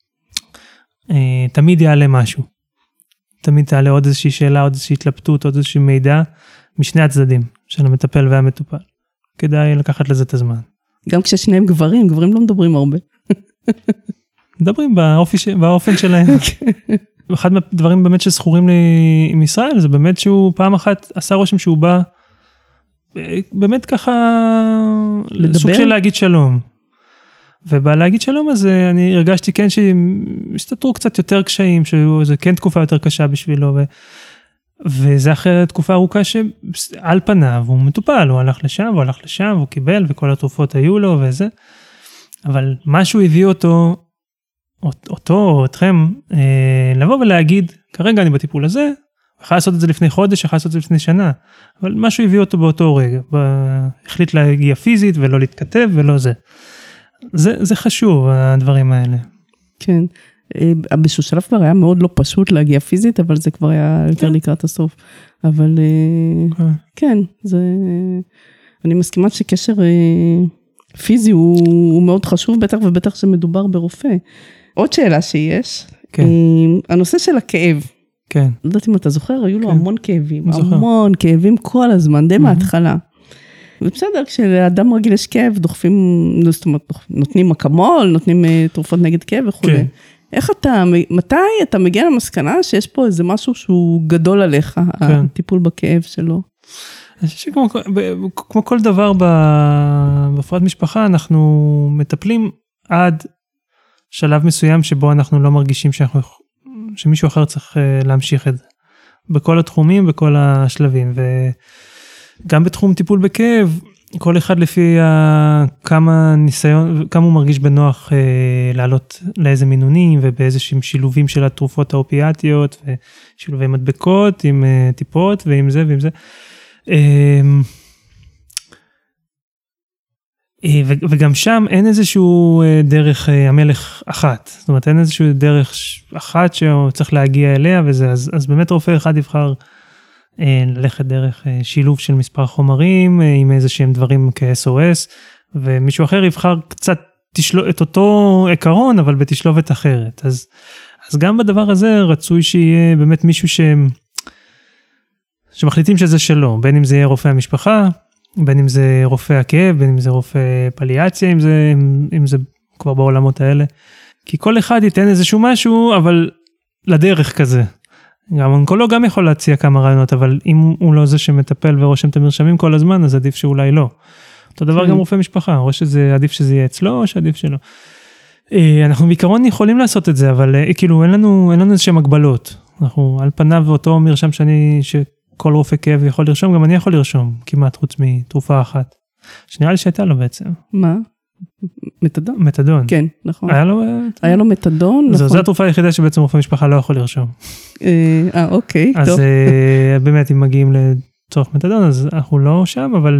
תמיד יעלה משהו. תמיד תעלה עוד איזושהי שאלה, עוד איזושהי התלבטות, עוד איזושהי מידע, משני הצדדים של המטפל והמטופל. כדאי לקחת לזה את הזמן. גם כששניהם גברים לא מדברים הרבה. מדברים באופן שלהם. אחד מהדברים באמת שזכורים לי עם ישראל, זה באמת שהוא פעם אחת עשה רושם שהוא בא, באמת ככה, לדבר? סוג של להגיד שלום. ובלהגיד שלום הזה, אני הרגשתי כן שהסתתרו קצת יותר קשיים, שזה כן תקופה יותר קשה בשבילו, וזה אחרי תקופה ארוכה שעל פניו הוא מטופל, הוא הלך לשם, הוא קיבל, וכל התרופות היו לו וזה, אבל משהו הביא אותו או אתכם, לבוא ולהגיד, כרגע אני בטיפול הזה, יכול לעשות את זה לפני חודש, יכול לעשות את זה לפני שנה, אבל משהו הביא אותו באותו רגע, החליט להגיע פיזית ולא להתכתב ולא זה. זה חשוב, הדברים האלה. כן, באיזשהו שלב כבר היה מאוד לא פשוט להגיע פיזית, אבל זה כבר היה יותר לקראת הסוף. אבל כן, אני מסכימה שקשר פיזי הוא מאוד חשוב, בטח ובטח שמדובר ברופא. עוד שאלה שיש, הנושא של הכאב. כן. לא יודעת אם אתה זוכר, היו לו המון כאבים, המון כאבים כל הזמן, די מההתחלה. ובסדר, כשלאדם רגיל יש כאב, דוחפים, זאת אומרת, נותנים אקמול, נותנים תרופות נגד כאב וכו'. כן. איך מתי אתה מגיע למסקנה שיש פה איזה משהו שהוא גדול עליך, כן. הטיפול בכאב שלו? אני חושב שכמו כל דבר בהפרעת משפחה, אנחנו מטפלים עד שלב מסוים שבו אנחנו לא מרגישים שמישהו אחר צריך להמשיך את זה. בכל התחומים, בכל השלבים. וגם בתחום טיפול בכאב, כל אחד לפי כמה הוא מרגיש בנוח לעלות לאיזה מינונים, ובאיזשהם שילובים של התרופות האופיאטיות, ושילובי מדבקות עם טיפות, ועם זה ועם זה. וגם שם אין איזשהו דרך המלך אחת, זאת אומרת אין איזשהו דרך אחת שהוא צריך להגיע אליה וזה, אז באמת רופא אחד יבחר ללכת דרך שילוב של מספר חומרים עם איזשהם דברים כ-SOS, ומישהו אחר יבחר קצת את אותו עיקרון אבל בתשלובת אחרת, אז גם בדבר הזה רצוי שיהיה באמת מישהו שמחליטים שזה שלו, בין אם זה יהיה רופא המשפחה, בין אם זה רופא הכאב, בין אם זה רופא פליאציה, אם זה כבר בעולמות האלה. כי כל אחד ייתן איזשהו משהו, אבל לדרך כזה. גם אונקולוג גם יכול להציע כמה רעיונות, אבל אם הוא לא זה שמטפל ורושם את המרשמים כל הזמן, אז עדיף שאולי לא. אותו דבר גם רופא משפחה, או שזה עדיף שזה יהיה אצלו, או שעדיף שלא. אנחנו בעיקרון יכולים לעשות את זה, אבל כאילו אין לנו איזשהם הגבלות. אנחנו על פניו אותו מרשם כל רופא כאב יכול לרשום, גם אני יכול לרשום, כמעט חוץ מתרופה אחת. שנראה לי שהייתה לו בעצם. מה? מתדון? מתדון. כן, נכון. היה לו מתדון, נכון. זו התרופה היחידה שבעצם רופא משפחה לא יכול לרשום. אוקיי, טוב. אז באמת, אם מגיעים לצורך מתדון, אז אנחנו לא שם, אבל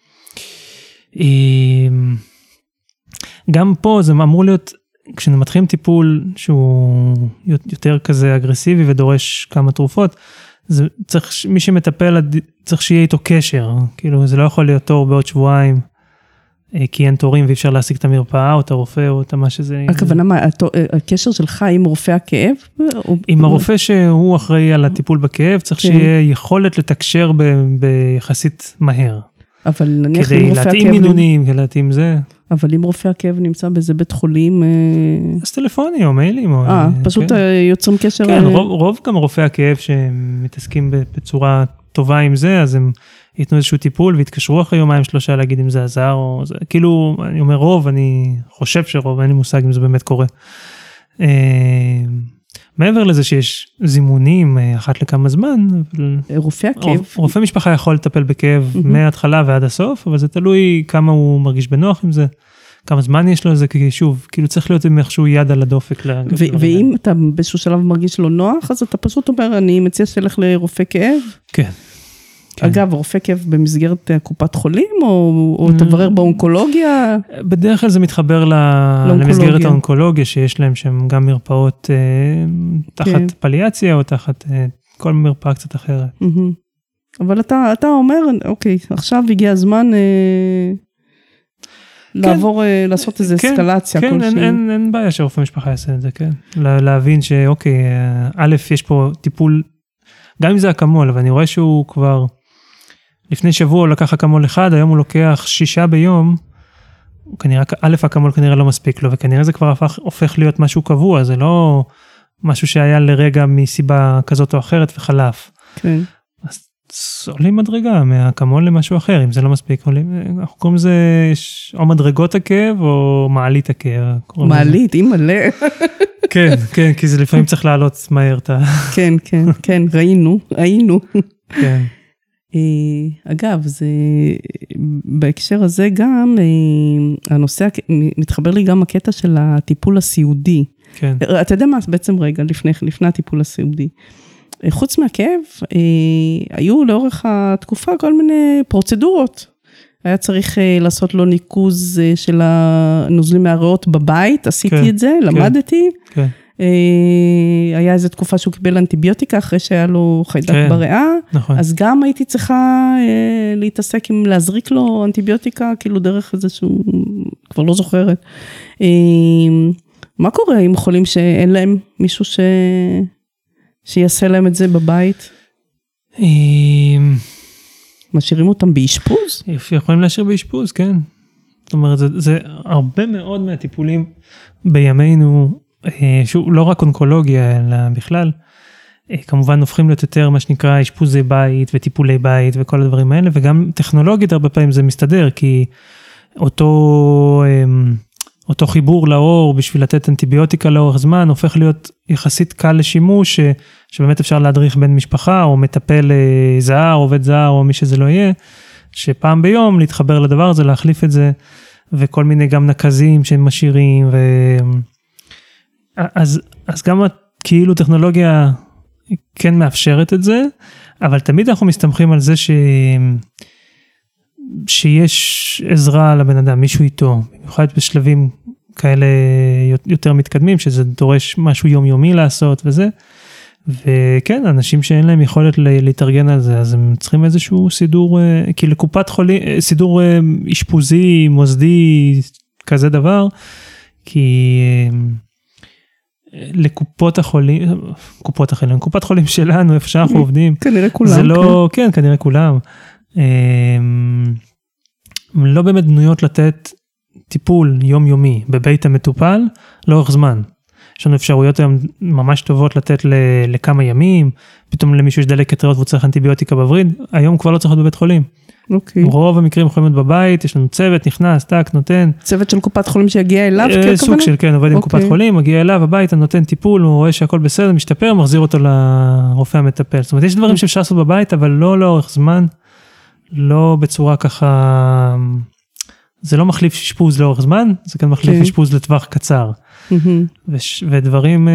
גם פה זה אמור להיות, כשמתחילים טיפול שהוא יותר כזה אגרסיבי ודורש כמה תרופות, זה צריך, מי שמטפל צריך שיהיה איתו קשר, כאילו זה לא יכול להיות תור בעוד שבועיים, כי אין תורים ואי אפשר להשיג את המרפאה או את הרופא או את מה שזה. הכוונה מה, הקשר שלך עם רופא הכאב? עם הרופא שהוא אחראי על הטיפול בכאב, צריך שיהיה יכולת לתקשר ביחסית מהר. אבל נניח כדי להתאים מינונים, כדי להתאים זה. אבל אם רופא הכאב נמצא באיזה בית חולים... אז טלפוני או מיילים. פשוט יוצרים קשר... כן, רוב גם רופאי הכאב שמתעסקים בצורה טובה עם זה, אז הם ייתנו איזשהו טיפול והתקשרו אחרי יומיים שלושה להגיד אם זה עזר או זה. כאילו, אני אומר רוב, אני חושב שרוב, אין לי מושג אם זה באמת קורה. מעבר לזה שיש זימונים אחת לכמה זמן, רופא הכאב. רופא משפחה יכול לטפל בכאב מההתחלה ועד הסוף, אבל זה תלוי כמה הוא מרגיש בנוח עם זה, כמה זמן יש לו לזה, כי שוב, כאילו צריך להיות עם איכשהו יד על הדופק. ואם אתה באיזשהו שלב מרגיש לו נוח, אז אתה פשוט אומר, אני מציע שתלך לרופא כאב? כן. אגב, רופא כאב במסגרת קופת חולים, או תברר באונקולוגיה? בדרך כלל זה מתחבר למסגרת האונקולוגיה, שיש להם שם גם מרפאות תחת פליאציה, או תחת כל מרפאה קצת אחרת. אבל אתה אומר, אוקיי, עכשיו הגיע הזמן לעבור, לעשות איזו אסקלציה כלשהי. כן, אין בעיה שרופא משפחה יעשה את זה, כן. להבין שאוקיי, א', יש פה טיפול, גם אם זה אקמול, אבל אני רואה שהוא כבר, לפני שבוע הוא לקח אקמול אחד, היום הוא לוקח 6 ביום, כנראה, א', אקמול כנראה לא מספיק לו, וכנראה זה כבר הופך להיות משהו קבוע, זה לא משהו שהיה לרגע מסיבה כזאת או אחרת וחלף. כן. אז עולים מדרגה מהאקמול למשהו אחר, אם זה לא מספיק, אנחנו קוראים לזה או מדרגות הכאב או מעלית הכאב. מעלית, היא מלא. כן, כן, כי זה לפעמים צריך לעלות מהר. כן, כן, כן, ראינו. כן. אגב, זה, בהקשר הזה גם, הנושא, מתחבר לי גם הקטע של הטיפול הסיעודי. כן. אתה יודע מה, בעצם רגע, לפני הטיפול הסיעודי. חוץ מהכאב, היו לאורך התקופה כל מיני פרוצדורות. היה צריך לעשות לו ניקוז של הנוזלים מהריאות בבית, עשיתי את זה, למדתי. כן. היה איזו תקופה שהוא קיבל אנטיביוטיקה, אחרי שהיה לו חיידק בריאה, אז גם הייתי צריכה להתעסק עם להזריק לו אנטיביוטיקה, כאילו דרך איזשהו, כבר לא זוכרת. מה קורה עם חולים שאין להם מישהו שיעשה להם את זה בבית? משאירים אותם באשפוז? יכולים להשאיר באשפוז, כן. זאת אומרת, זה הרבה מאוד מהטיפולים בימינו, שהוא לא רק אונקולוגיה, אלא בכלל, כמובן הופכים להיות יותר מה שנקרא אשפוזי בית וטיפולי בית וכל הדברים האלה, וגם טכנולוגית הרבה פעמים זה מסתדר, כי אותו חיבור לאור בשביל לתת אנטיביוטיקה לאורך זמן, הופך להיות יחסית קל לשימוש, שבאמת אפשר להדריך בין משפחה, או מטפל זהר, עובד זהר, או מי שזה לא יהיה, שפעם ביום להתחבר לדבר הזה, להחליף את זה, וכל מיני גם נקזים שהם משאירים, אז גם כאילו טכנולוגיה כן מאפשרת את זה, אבל תמיד אנחנו מסתמכים על זה שיש עזרה לבן אדם, מישהו איתו, במיוחד בשלבים כאלה יותר מתקדמים, שזה דורש משהו יומיומי לעשות וזה, וכן, אנשים שאין להם יכולת להתארגן על זה, אז הם צריכים איזשהו סידור, כי לקופת חולים, סידור אשפוזי, מוסדי, כזה דבר, כי לקופות חולים שלנו, איפה שאנחנו עובדים, כנראה כולם, זה לא, כן, כנראה כולם, לא באמת בנויות לתת טיפול יומיומי בבית המטופל לאורך זמן. יש לנו אפשרויות היום ממש טובות לתת לכמה ימים, פתאום למישהו יש דלקת ריאות והוא צריך אנטיביוטיקה בווריד, היום כבר לא צריך להיות בבית חולים. אוקיי. רוב המקרים יכולים להיות בבית, יש לנו צוות, נכנס, טק, נותן. צוות של קופת חולים שיגיע אליו? סוג של, כן, עובד עם קופת חולים, מגיע אליו הביתה, נותן טיפול, הוא רואה שהכל בסדר, משתפר, מחזיר אותו לרופא המטפל. זאת אומרת, יש דברים שאפשר לעשות בבית, אבל לא לאורך זמן, לא בצורה ככה, זה לא מחליף אשפוז לאורך זמן, זה כן מחליף אשפוז לטווח קצר. ודברים,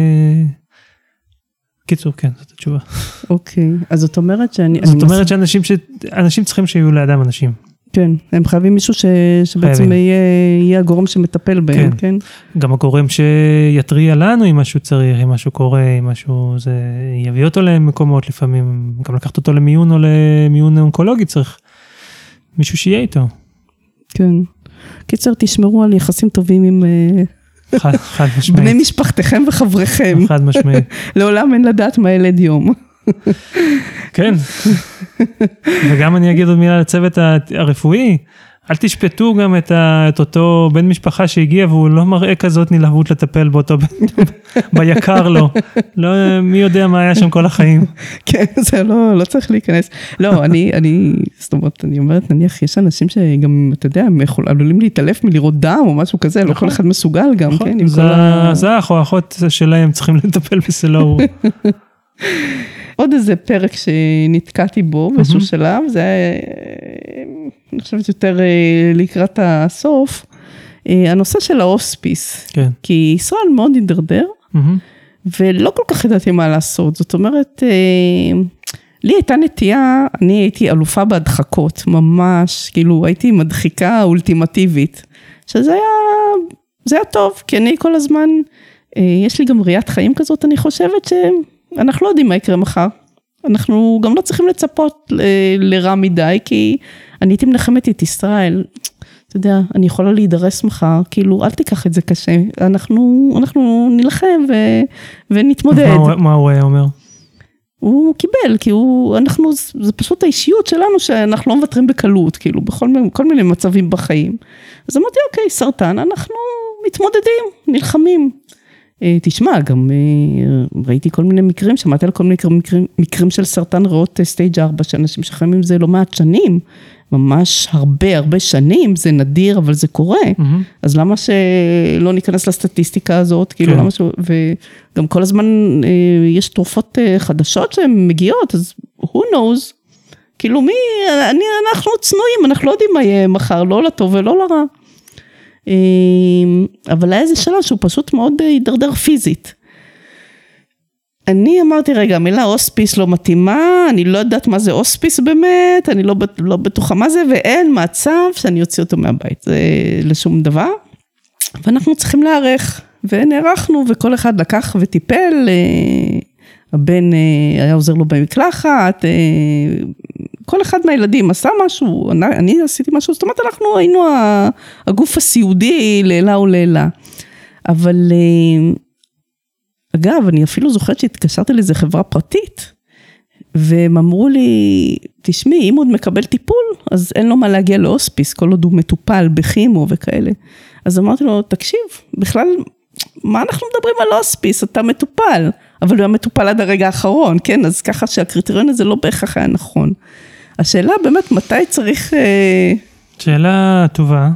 קיצור, כן, זאת התשובה. אוקיי, אז זאת אומרת זאת אומרת שאנשים צריכים שיהיו לידם אנשים. כן, הם חייבים מישהו שבעצם יהיה הגורם שמטפל בהם, כן? גם הגורם שיתריע לנו אם משהו צריך, אם משהו קורה, אם משהו, זה יביא אותו למקומות לפעמים, גם לקחת אותו למיון או למיון אונקולוגי, צריך מישהו שיהיה איתו. כן. קיצר, תשמרו על יחסים טובים עם חד משמעית. בני משפחתכם וחבריכם. חד משמעית. לעולם אין לדעת מה ילד יום. כן. וגם אני אגיד עוד מילה לצוות הרפואי, אל תשפטו גם את אותו בן משפחה שהגיע, והוא לא מראה כזאת נלהבות לטפל באותו, ביקר לו. לא, מי יודע מה היה שם כל החיים. כן, זה לא צריך להיכנס. לא, זאת אומרת, אני אומרת, נניח, יש אנשים שגם, אתה יודע, הם עלולים להתעלף מלראות דם או משהו כזה, לא כל אחד מסוגל גם, כן? זה אח או אחות שלהם צריכים לטפל בסלו. עוד איזה פרק שנתקעתי בו באיזשהו שלב, זה היה, אני חושבת יותר לקראת הסוף, הנושא של ההוספיס, כן. כי ישראל מאוד הידרדר, ולא כל כך ידעתי מה לעשות, זאת אומרת, לי הייתה נטייה, אני הייתי אלופה בהדחקות, ממש, כאילו הייתי מדחיקה אולטימטיבית, שזה היה טוב, כי אני כל הזמן, יש לי גם ראיית חיים כזאת, אני חושבת אנחנו לא יודעים מה יקרה מחר, אנחנו גם לא צריכים לצפות לרע מדי, כי אני הייתי מנחמת את ישראל, אתה יודע, אני יכולה להידרס מחר, כאילו אל תיקח את זה קשה, אנחנו נלחם ונתמודד. מה הוא היה אומר? הוא קיבל, כי זה פשוט האישיות שלנו, שאנחנו לא מוותרים בקלות, כאילו בכל מיני מצבים בחיים. אז אמרתי, אוקיי, סרטן, אנחנו מתמודדים, נלחמים. תשמע, גם ראיתי כל מיני מקרים, שמעתי על כל מיני מקרים של סרטן ריאות סטייג' 4, שאנשים שחיים עם זה לא מעט שנים, ממש הרבה שנים, זה נדיר, אבל זה קורה, אז למה שלא ניכנס לסטטיסטיקה הזאת, כאילו למה וגם כל הזמן יש תרופות חדשות שהן מגיעות, אז who knows, כאילו אנחנו צנועים, אנחנו לא יודעים מה יהיה מחר, לא לטוב ולא לרע, אבל היה איזה שלב שהוא פשוט מאוד הידרדר פיזית. אני אמרתי, רגע, המילה אוספיס לא מתאימה, אני לא יודעת מה זה אוספיס באמת, אני לא בטוחה מה זה, ואין מצב שאני אוציא אותו מהבית, זה לשום דבר. ואנחנו צריכים להיערך, ונערכנו, וכל אחד לקח וטיפל, הבן היה עוזר לו במקלחת, כל אחד מהילדים עשה משהו, אני עשיתי משהו, זאת אומרת, אנחנו היינו הגוף הסיעודי לעילה ולעילה. אבל, אגב, אני אפילו זוכרת שהתקשרתי לאיזה חברה פרטית, והם אמרו לי, תשמעי, אם הוא מקבל טיפול, אז אין לו מה להגיע להוספיס, כל עוד הוא מטופל בכימו וכאלה. אז אמרתי לו, תקשיב, בכלל, מה אנחנו מדברים על הוספיס? אתה מטופל, אבל הוא היה מטופל עד הרגע האחרון, כן? אז ככה שהקריטריון הזה לא בהכרח היה נכון. השאלה באמת, מתי צריך... שאלה טובה.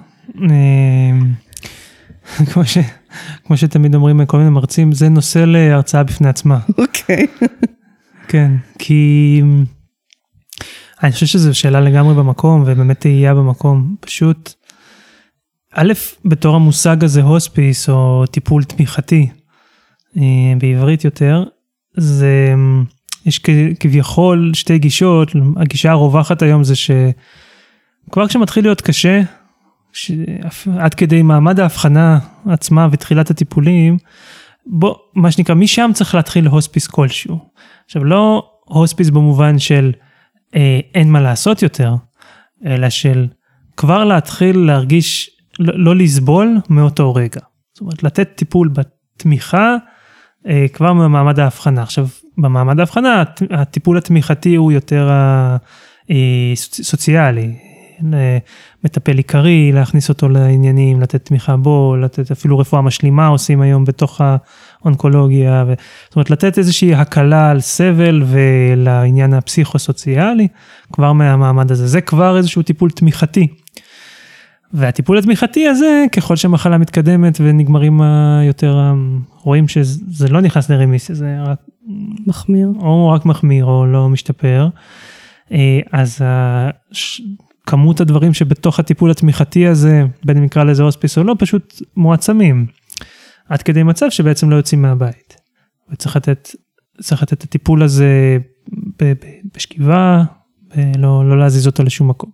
כמו שתמיד אומרים כל מיני מרצים, זה נושא להרצאה בפני עצמה. אוקיי. כן, כי אני חושב שזו שאלה לגמרי במקום, ובאמת תהייה במקום. פשוט, א', בתור המושג הזה, הוספיס, או טיפול תמיכתי, בעברית יותר, זה, יש כביכול שתי גישות, הגישה הרווחת היום זה שכבר כשמתחיל להיות קשה, עד כדי מעמד ההבחנה עצמה ותחילת הטיפולים, בוא, מה שנקרא, משם צריך להתחיל להוספיס כלשהו. עכשיו, לא הוספיס במובן של אין מה לעשות יותר, אלא של כבר להתחיל להרגיש, לא לסבול מאותו רגע. זאת אומרת, לתת טיפול בתמיכה, כבר במעמד ההבחנה. עכשיו, במעמד ההבחנה, הטיפול התמיכתי הוא יותר סוציאלי, מטפל עיקרי, להכניס אותו לעניינים, לתת תמיכה בו, לתת אפילו רפואה משלימה עושים היום בתוך האונקולוגיה, זאת אומרת, לתת איזושהי הקלה על סבל ולעניין הפסיכוסוציאלי, כבר מהמעמד הזה, זה כבר איזשהו טיפול תמיכתי. והטיפול התמיכתי הזה, ככל שהמחלה מתקדמת ונגמרים יותר, רואים שזה לא נכנס לרמיסיה, זה רק מחמיר. או רק מחמיר או לא משתפר, אז כמות הדברים שבתוך הטיפול התמיכתי הזה, בין אם נקרא לזה הוספיס או לא, פשוט מועצמים, עד כדי מצב שבעצם לא יוצאים מהבית. וצריך לתת את הטיפול הזה בשכיבה, לא להזיז אותו לשום מקום.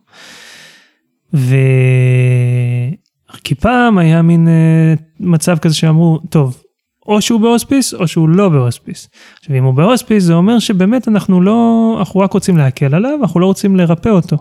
כי פעם היה מין מצב כזה שאמרו, טוב, או שהוא בהוספיס, או שהוא לא בהוספיס. עכשיו, אם הוא בהוספיס, זה אומר שבאמת אנחנו רק רוצים להקל עליו, אנחנו לא רוצים לרפא אותו.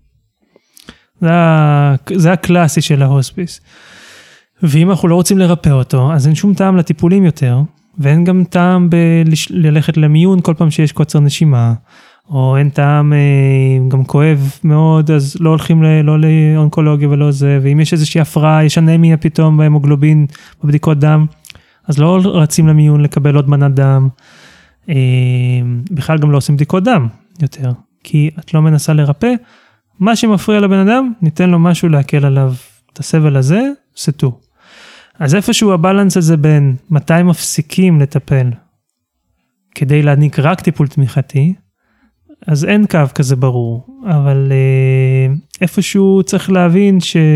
זה הקלאסי של ההוספיס. ואם אנחנו לא רוצים לרפא אותו, אז אין שום טעם לטיפולים יותר, ואין גם טעם ללכת למיון כל פעם שיש קוצר נשימה, או אין טעם, גם כואב מאוד, אז לא הולכים לא לאונקולוגיה ולא זה, ואם יש איזושהי הפרעה, יש אנמיה פתאום בהמוגלובין, בבדיקות דם, אז לא רצים למיון לקבל עוד מנת דם, בכלל גם לא עושים בדיקות דם יותר, כי את לא מנסה לרפא, מה שמפריע לבן אדם, ניתן לו משהו להקל עליו את הסבל הזה, סתו. אז איפשהו הבלנס הזה בין מתי מפסיקים לטפל, כדי להעניק רק טיפול תמיכתי, אז אין קו כזה ברור, אבל איפשהו צריך להבין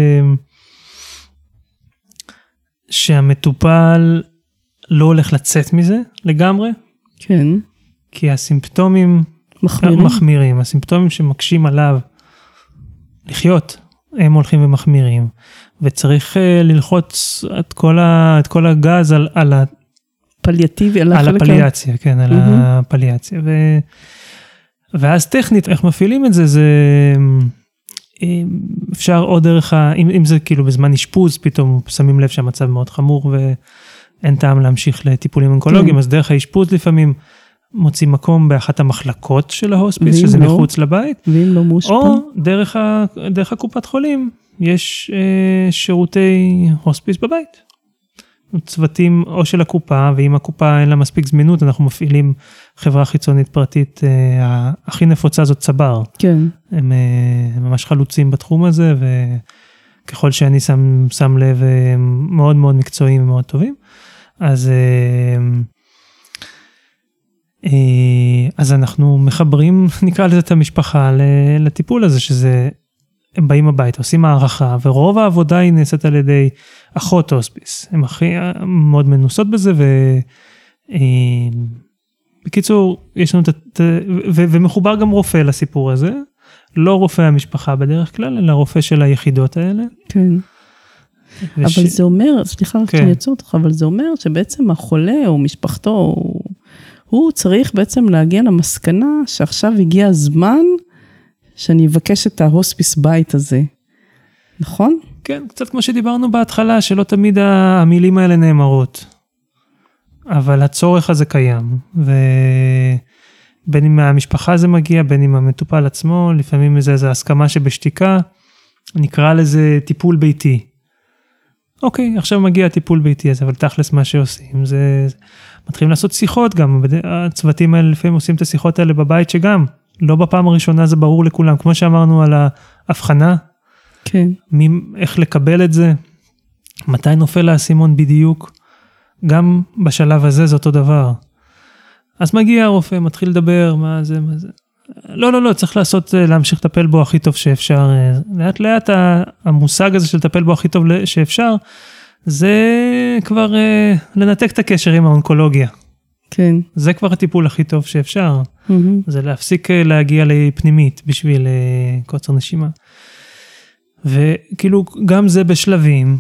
שהמטופל לא הולך לצאת מזה לגמרי. כן. כי הסימפטומים מחמירים, הסימפטומים שמקשים עליו לחיות, הם הולכים ומחמירים, וצריך ללחוץ את כל הגז על הפליאטיבי, על הפליאציה, כן, על הפליאציה, ואז טכנית, איך מפעילים את זה, זה אפשר עוד דרך, אם זה כאילו בזמן אשפוז, פתאום שמים לב שהמצב מאוד חמור, ואין טעם להמשיך לטיפולים אונקולוגיים, אז דרך האשפוז לפעמים מוצאים מקום באחת המחלקות של ההוספיס, שזה מחוץ לבית, ואם לא מושפע. או דרך הקופת חולים, יש שירותי הוספיס בבית. צוותים או של הקופה, ואם הקופה אין לה מספיק זמינות, אנחנו מפעילים חברה חיצונית פרטית, הכי נפוצה זאת צבר. כן. הם ממש חלוצים בתחום הזה, וככל שאני שם לב, הם מאוד מאוד מקצועיים ומאוד טובים. אז אנחנו מחברים, נקרא לזה את המשפחה, לטיפול הזה, שזה, הם באים הביתה, עושים הערכה, ורוב העבודה היא נעשית על ידי אחות הוספיס. הם הכי מאוד מנוסות בזה, בקיצור, יש לנו ומחובר גם רופא לסיפור הזה, לא רופא המשפחה בדרך כלל, אלא רופא של היחידות האלה. כן. אבל זה אומר, סליחה, שאני אעצור אותך, אבל זה אומר שבעצם החולה או משפחתו, הוא צריך בעצם להגיע למסקנה שעכשיו הגיע הזמן שאני אבקש את ההוספיס בית הזה. נכון? כן, קצת כמו שדיברנו בהתחלה, שלא תמיד המילים האלה נאמרות. אבל הצורך הזה קיים. בין אם מהמשפחה זה מגיע, בין אם המטופל עצמו, לפעמים זה הסכמה שבשתיקה, נקרא לזה טיפול ביתי. אוקיי, עכשיו מגיע טיפול ביתי הזה, אבל תכלס מה שעושים, זה מתחילים לעשות שיחות גם, הצוותים האלה לפעמים עושים את השיחות האלה בבית שגם, לא בפעם הראשונה זה ברור לכולם, כמו שאמרנו על ההבחנה, כן. איך לקבל את זה, מתי נופל האסימון בדיוק, גם בשלב הזה זה אותו דבר. אז מגיע הרופא, מתחיל לדבר, מה זה. לא, צריך להמשיך לטפל בו הכי טוב שאפשר. לאט לאט המושג הזה של לטפל בו הכי טוב שאפשר, זה כבר לנתק את הקשר עם האונקולוגיה. כן. זה כבר הטיפול הכי טוב שאפשר. זה להפסיק להגיע לפנימית בשביל קוצר נשימה. וכאילו גם זה בשלבים,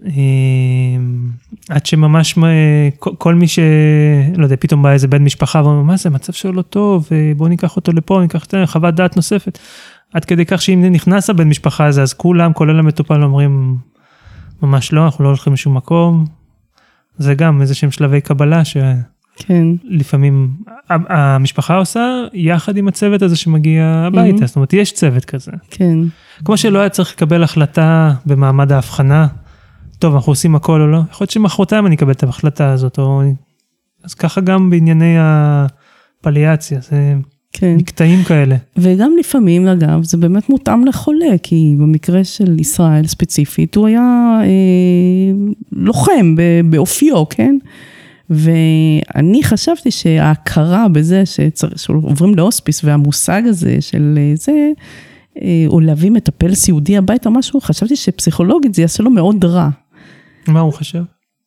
עד שממש כל מי לא יודע, פתאום בא איזה בן משפחה ואומר, מה זה, מצב שלו לא טוב, בוא ניקח אותו לפה, ניקח חוות דעת נוספת, עד כדי כך שאם נכנס הבן משפחה הזה, אז כולם, כולל המטופל, אומרים, ממש לא, אנחנו לא הולכים לשום מקום, זה גם איזה שהם שלבי קבלה, שלפעמים המשפחה עושה, יחד עם הצוות הזה שמגיע הביתה, זאת אומרת, יש צוות כזה. כן. כמו שלא היה צריך לקבל החלטה במעמד ההבחנה, טוב, אנחנו עושים הכל או לא, יכול להיות שמחרתיים אני אקבל את ההחלטה הזאת, אז ככה גם בענייני הפליאציה, זה מקטעים כאלה. וגם לפעמים, אגב, זה באמת מותאם לחולה, כי במקרה של ישראל ספציפית, הוא היה לוחם באופיו, כן? ואני חשבתי שההכרה בזה שעוברים להוספיס, והמושג הזה של זה, או להביא מטפל סיעודי הביתה או משהו, חשבתי שפסיכולוגית זה יעשה לו מאוד רע. מה הוא חשב?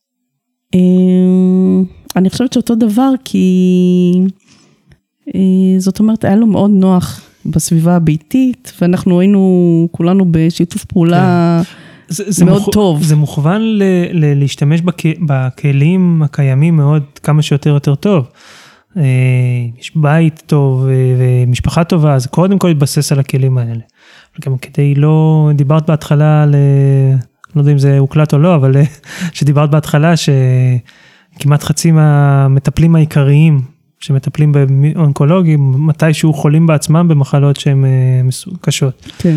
אני חושבת שאותו דבר, כי זאת אומרת, היה לו מאוד נוח בסביבה הביתית, ואנחנו היינו כולנו בשיתוף פעולה מאוד טוב. זה מוכוון להשתמש בכלים הקיימים מאוד, כמה שיותר יותר טוב. יש בית טוב ומשפחה טובה, אז קודם כל להתבסס על הכלים האלה. גם כדי לא, דיברת בהתחלה, לא יודע אם זה הוקלט או לא, אבל שדיברת בהתחלה שכמעט חצי מהמטפלים העיקריים שמטפלים באונקולוגים, מתישהו חולים בעצמם במחלות שהן קשות. כן.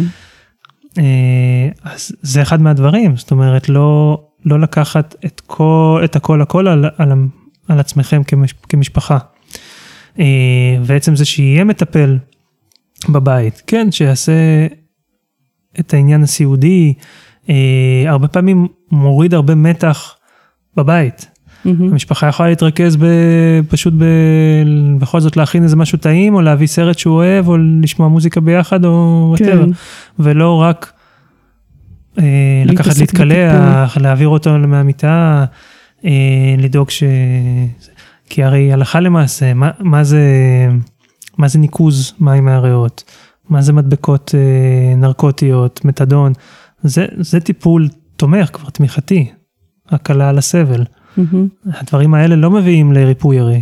אז זה אחד מהדברים, זאת אומרת, לא לקחת את הכל על עצמכם כמשפחה. בעצם זה שיהיה מטפל בבית, כן, שיעשה את העניין הסיעודי, הרבה פעמים מוריד הרבה מתח בבית. המשפחה יכולה להתרכז פשוט בכל זאת להכין איזה משהו טעים, או להביא סרט שהוא אוהב, או לשמוע מוזיקה ביחד, או whatever, ולא רק לקחת להתקלח, להעביר אותו מהמיטה, לדאוג כי הרי הלכה למעשה, מה זה ניקוז מים מהריאות? מה זה מדבקות נרקוטיות, מתדון? זה טיפול תומך, כבר תמיכתי, הקלה על הסבל. הדברים האלה לא מביאים לריפוי הרי.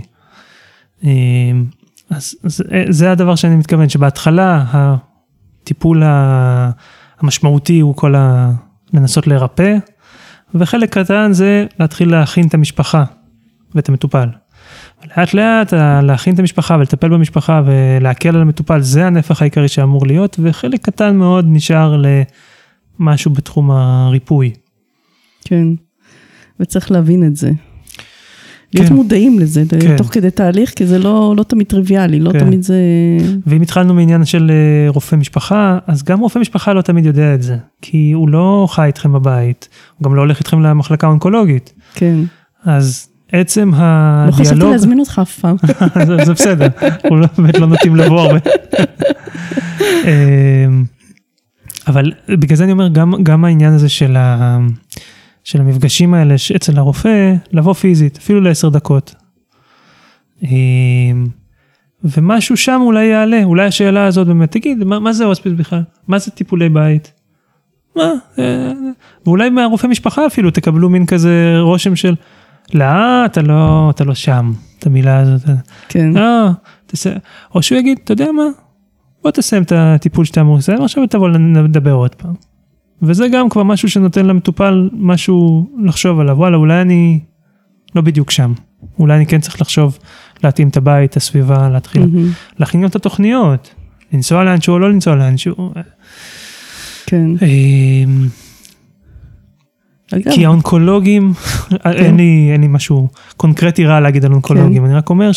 אז זה הדבר שאני מתכוון, שבהתחלה הטיפול המשמעותי הוא כל לנסות לרפא, וחלק קטן זה להתחיל להכין את המשפחה ואת המטופל. לאט לאט להכין את המשפחה ולטפל במשפחה ולהקל על המטופל, זה הנפח העיקרי שאמור להיות, וחלק קטן מאוד נשאר למשהו בתחום הריפוי. כן, וצריך להבין את זה. להיות מודעים לזה, תוך כדי תהליך, כי זה לא תמיד טריוויאלי, לא תמיד זה... ואם התחלנו מעניין של רופא משפחה, אז גם רופא משפחה לא תמיד יודע את זה, כי הוא לא חי איתכם בבית, הוא גם לא הולך איתכם למחלקה אונקולוגית. כן. אז עצם הדיאלוג... לא חשבתי להזמין אותך אף פעם. זה בסדר, הוא באמת לא נוטים לבוא הרבה. אבל בגלל זה אני אומר, גם העניין הזה של המפגשים האלה אצל הרופא, לבוא פיזית, אפילו ל10 דקות. ומשהו שם אולי יעלה, אולי השאלה הזאת באמת, תגיד, מה זה הוספיס בכלל? מה זה טיפולי בית? מה? ואולי מהרופא משפחה אפילו תקבלו מין כזה רושם של, לא, אתה לא שם, את המילה הזאת. כן. או שהוא יגיד, אתה יודע מה? בוא תסיים את הטיפול שאתה אמור לסיים, עכשיו תבוא לדבר עוד פעם. וזה גם כבר משהו שנותן למטופל משהו לחשוב עליו, וואלה, אולי אני לא בדיוק שם. אולי אני כן צריך לחשוב להתאים את הבית, את הסביבה, להתחיל להכין את התוכניות, לנסוע לאנשהו או לא לנסוע לאנשהו. כן. כי האונקולוגים, אין לי משהו קונקרטי רע להגיד על אונקולוגים, אני רק אומר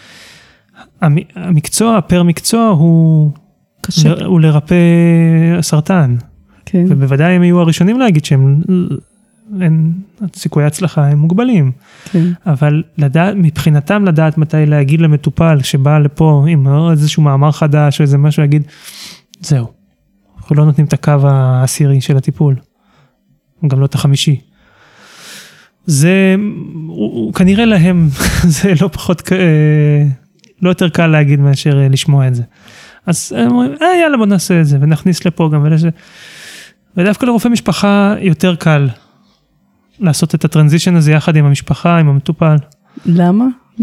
שהמקצוע, פר מקצוע הוא לרפא סרטן. כן. ובוודאי הם יהיו הראשונים להגיד שהם, סיכויי הצלחה הם מוגבלים. כן. אבל מבחינתם לדעת מתי להגיד למטופל שבא לפה עם איזשהו מאמר חדש או איזה משהו להגיד, זהו. אנחנו לא נותנים את הקו העשירי של הטיפול. גם לא את החמישי. זה, כנראה להם, זה לא פחות, לא יותר קל להגיד מאשר לשמוע את זה. אז הם אומרים, יאללה בוא נעשה את זה, ונכניס לפה גם ולזה. ודווקא לרופא משפחה יותר קל לעשות את הטרנזישן הזה יחד עם המשפחה, עם המטופל. למה?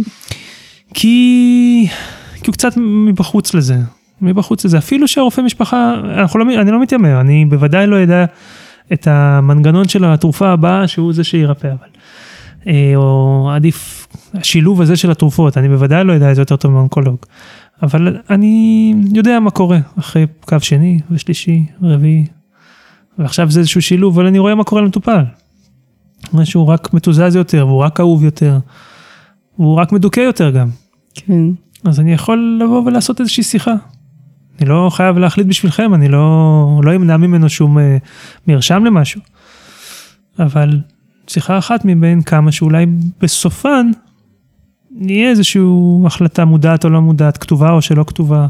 כי הוא קצת מבחוץ לזה. אפילו שהרופא משפחה, אני לא מתיימר, אני בוודאי לא יודע את המנגנון של התרופה הבאה, שהוא זה שירפא, אבל, או עדיף, השילוב הזה של התרופות, אני בוודאי לא יודע את זה יותר טוב מאונקולוג, אבל אני יודע מה קורה, אחרי קו שני ושלישי, רביעי, ועכשיו זה איזשהו שילוב, אבל אני רואה מה קורה למטופל, שהוא רק מתוזז יותר, והוא רק אהוב יותר, והוא רק מדוכא יותר גם. כן. אז אני יכול לבוא ולעשות איזושהי שיחה. אני לא חייב להחליט בשבילכם, אני לא אמנע ממנו שום מרשם למשהו. אבל שיחה אחת מבין כמה שאולי בסופן, נהיה איזושהי החלטה מודעת או לא מודעת, כתובה או שלא כתובה,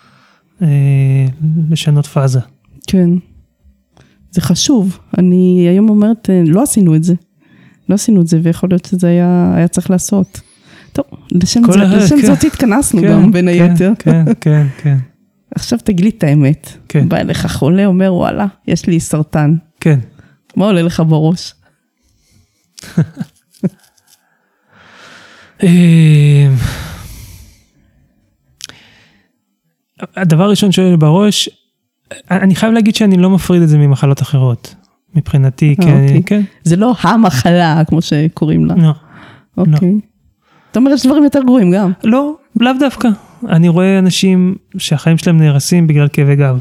לשנות פאזה. כן. זה חשוב. אני היום אומרת, לא עשינו את זה, ויכול להיות שזה היה צריך לעשות. טוב, לשם זאת התכנסנו גם בין היתר. כן. עכשיו תגיד לי את האמת. בא אליך חולה, אומר וואלה, יש לי סרטן. כן. מה עולה לך בראש? הדבר הראשון שעולה לי בראש, אני חייב להגיד שאני לא מפריד את זה ממחלות אחרות. מבחינתי, כן. זה לא המחלה, כמו שקוראים לה. לא. אוקיי. אתה אומר, יש דברים יותר גרועים גם. לא, לאו דווקא. אני רואה אנשים שהחיים שלהם נהרסים בגלל כאבי גב.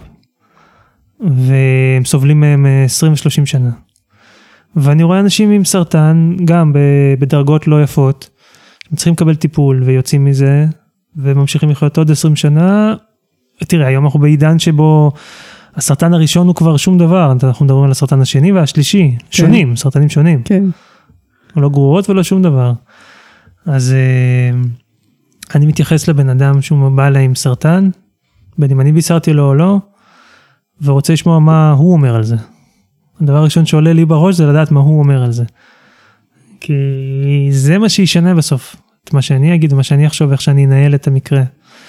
והם סובלים מהם 20 ו-30 שנה. ואני רואה אנשים עם סרטן, גם בדרגות לא יפות, הם צריכים לקבל טיפול ויוצאים מזה, וממשיכים לחיות עוד 20 שנה. תראה, היום אנחנו בעידן שבו הסרטן הראשון הוא כבר שום דבר, אנחנו מדברים על הסרטן השני והשלישי, שונים, סרטנים שונים. כן. לא גרורות ולא שום דבר. אז אני מתייחס לבן אדם שהוא בא אליי עם סרטן, בין אם אני בישרתי לו או לא, ורוצה לשמוע מה הוא אומר על זה. הדבר הראשון שעולה לי בראש זה לדעת מה הוא אומר על זה. כי זה מה שישנה בסוף, את מה שאני אגיד ומה שאני אחשוב, איך שאני אנהל את המקרה.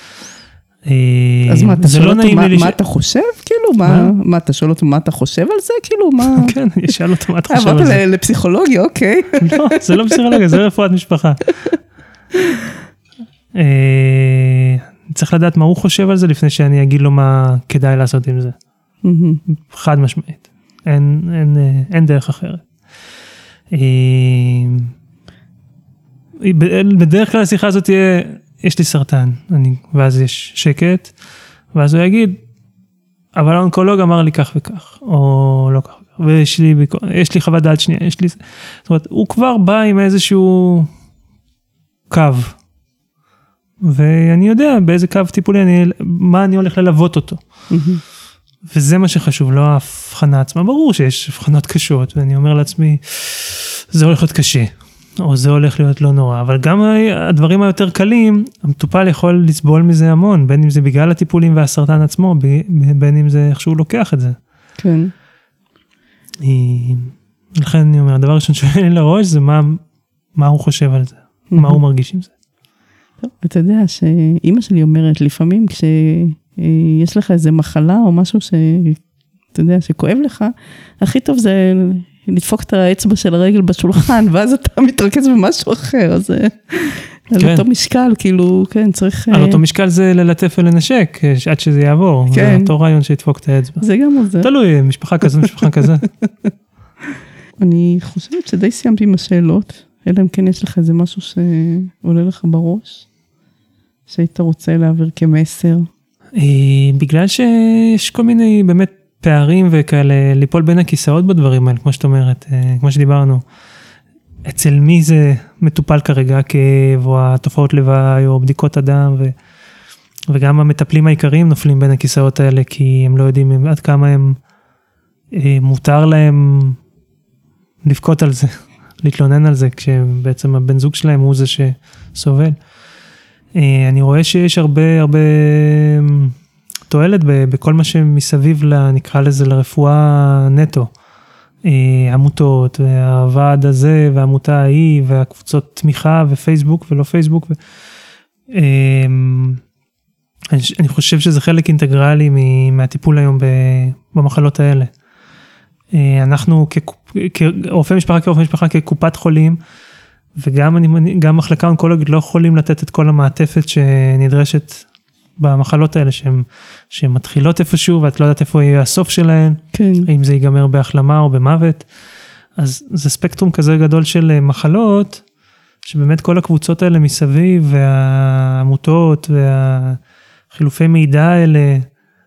אז מה, אתה שואל אותו מה אתה חושב? כאילו, מה אתה שואל אותו מה אתה חושב על זה? כאילו, מה? כן, אני אשאל אותו מה אתה חושב על זה. עברת לפסיכולוגיה, אוקיי. לא, זה לא פסיכולוגיה, זה רפואת משפחה. צריך לדעת מה הוא חושב על זה, לפני שאני אגיד לו מה כדאי לעשות עם זה. חד משמעית. אין דרך אחרת. בדרך כלל השיחה הזאת תהיה, יש לי סרטן, ואז יש שקט, ואז הוא יגיד, אבל האונקולוג אמר לי כך וכך, או לא כך וכך, ויש לי חוות דעת שנייה, זאת אומרת, הוא כבר בא עם איזשהו קו, ואני יודע באיזה קו טיפולי, מה אני הולך ללוות אותו. וזה מה שחשוב, לא ההבחנה עצמה, ברור שיש הבחנות קשות, ואני אומר לעצמי, זה הולך להיות קשה, או זה הולך להיות לא נורא, אבל גם הדברים היותר קלים, המטופל יכול לסבול מזה המון, בין אם זה בגלל הטיפולים והסרטן עצמו, בין אם זה איך שהוא לוקח את זה. כן. לכן אני אומר, הדבר הראשון שעולה לי לראש, זה מה הוא חושב על זה, מה הוא מרגיש עם זה. טוב, אתה יודע שאמא שלי אומרת, לפעמים כשיש לך איזה מחלה או משהו שאתה יודע, שכואב לך, הכי טוב זה לדפוק את האצבע של הרגל בשולחן, ואז אתה מתרכז במשהו אחר, אז על אותו משקל, כאילו, כן, צריך... על אותו משקל זה ללטף ולנשק, עד שזה יעבור, זה אותו רעיון שידפוק את האצבע. זה גם עוזר. תלוי, משפחה כזו, משפחה כזה. אני חושבת שדי סיימתי עם השאלות, אלא אם כן יש לך איזה משהו שעולה לך בראש. שהיית רוצה להעביר כמסר? בגלל שיש כל מיני באמת פערים וכאלה, ליפול בין הכיסאות בדברים האלה, כמו שאת אומרת, כמו שדיברנו. אצל מי זה מטופל כרגע, כאב או התופעות לוואי או בדיקות הדם, וגם המטפלים העיקריים נופלים בין הכיסאות האלה, כי הם לא יודעים עד כמה הם מותר להם לבכות על זה, להתלונן על זה, כשבעצם הבן זוג שלהם הוא זה שסובל. אני רואה שיש הרבה תועלת בכל מה שמסביב נקרא לזה לרפואה נטו. עמותות, והוועד הזה, והעמותה ההיא, והקבוצות תמיכה, ופייסבוק ולא פייסבוק. אני חושב שזה חלק אינטגרלי מהטיפול היום במחלות האלה. אנחנו כרופאי משפחה, כקופת חולים, וגם גם מחלקה אונקולוגית לא יכולים לתת את כל המעטפת שנדרשת במחלות האלה, שהן מתחילות איפשהו, ואת לא יודעת איפה יהיה הסוף שלהן, כן. אם זה ייגמר בהחלמה או במוות. אז זה ספקטרום כזה גדול של מחלות, שבאמת כל הקבוצות האלה מסביב, והעמותות, והחילופי מידע האלה,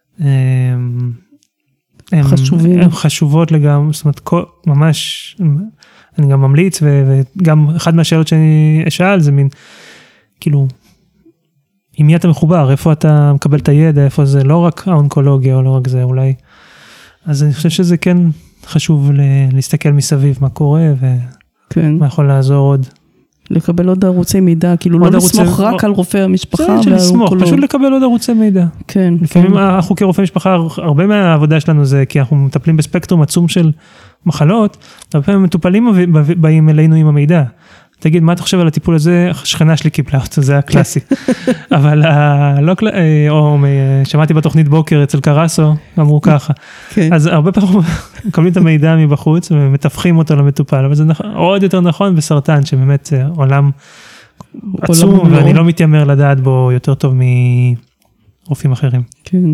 הן חשובות לגמרי, זאת אומרת, ממש, אני גם ממליץ, וגם אחד מהשאלות שאני אשאל, זה מין, כאילו, עם מי אתה מחובר, איפה אתה מקבל את הידע, איפה זה לא רק האונקולוגיה, או לא רק זה, אולי. אז אני חושב שזה כן חשוב להסתכל מסביב מה קורה, ומה יכול לעזור עוד. לקבל עוד ערוצי מידע, כאילו לא לסמוך רק על רופא המשפחה. זה לסמוך, פשוט לקבל עוד ערוצי מידע. כן. לפעמים אנחנו כרופא משפחה, הרבה מהעבודה שלנו זה, כי אנחנו מטפלים בספקטרום עצום של מחלות, הרבה פעמים מטופלים באים אלינו עם המידע. תגיד, מה אתה חושב על הטיפול הזה? השכנה שלי קיבלה אותו, זה הקלאסי. אבל או שמעתי בתוכנית בוקר אצל קרסו, אמרו ככה. אז הרבה פעמים מקבלים את המידע מבחוץ, ומתווכים אותו למטופל, אבל זה עוד יותר נכון בסרטן, שבאמת זה עולם עצום, ואני לא מתיימר לדעת בו יותר טוב מרופאים אחרים. כן.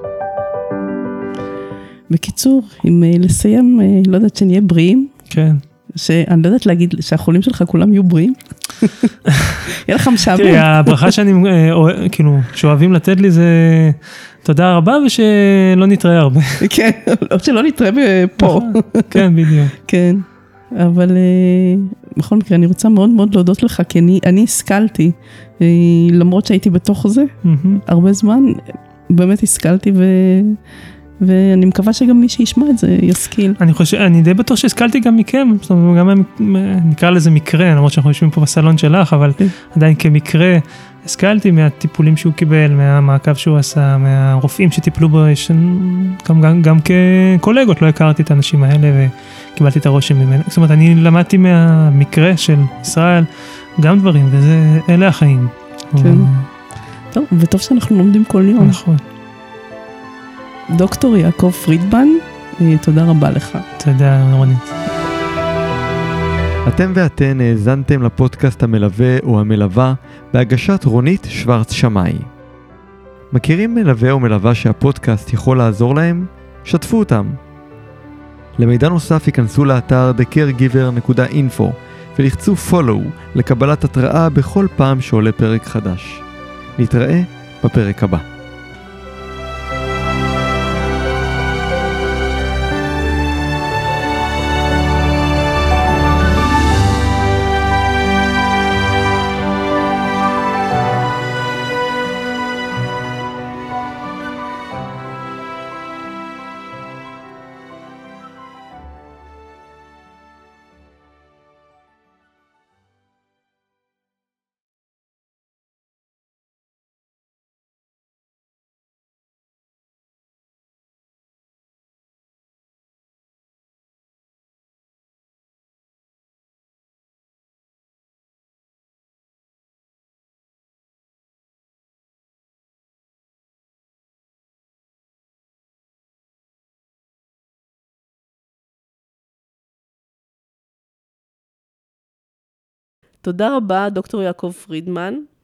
בקיצור, אם לסיים, לא יודעת שנהיה בריאים. כן. שאני לא יודעת להגיד שהחולים שלך כולם יהיו בריאים. יהיה לך משעמם. תראי, הברכה שאני, כאילו, שאוהבים לתת לי זה תודה רבה ושלא נתראה הרבה. כן, לא שלא נתראה פה. כן, בדיוק. כן, אבל בכל מקרה אני רוצה מאוד מאוד להודות לך, כי אני השכלתי, למרות שהייתי בתוך זה, הרבה זמן, באמת השכלתי ואני מקווה שגם מי שישמע את זה ישכיל. אני די בטוח שהשכלתי גם מכם, זאת אומרת, גם נקרא לזה מקרה, למרות שאנחנו יושבים פה בסלון שלך, אבל עדיין כמקרה, השכלתי מהטיפולים שהוא קיבל, מהמעקב שהוא עשה, מהרופאים שטיפלו בו, גם כקולגות, לא הכרתי את האנשים האלה, וקיבלתי את הרושם ממנו. זאת אומרת, אני למדתי מהמקרה של ישראל, גם דברים, ואלה החיים. כן. טוב, וטוב שאנחנו לומדים כל יום. נכון. דוקטור יעקב פרידמן, תודה רבה לך. תודה, רונית. אתם ואתן האזנתם לפודקאסט המלווה או המלווה בהגשת רונית שוורץ שמאי. מכירים מלווה או מלווה שהפודקאסט יכול לעזור להם? שתפו אותם. למידע נוסף ייכנסו לאתר thecaregiver.info ולחצו follow לקבלת התראה בכל פעם שעולה פרק חדש. נתראה בפרק הבא. תודה רבה, דוקטור יעקב פרידמן.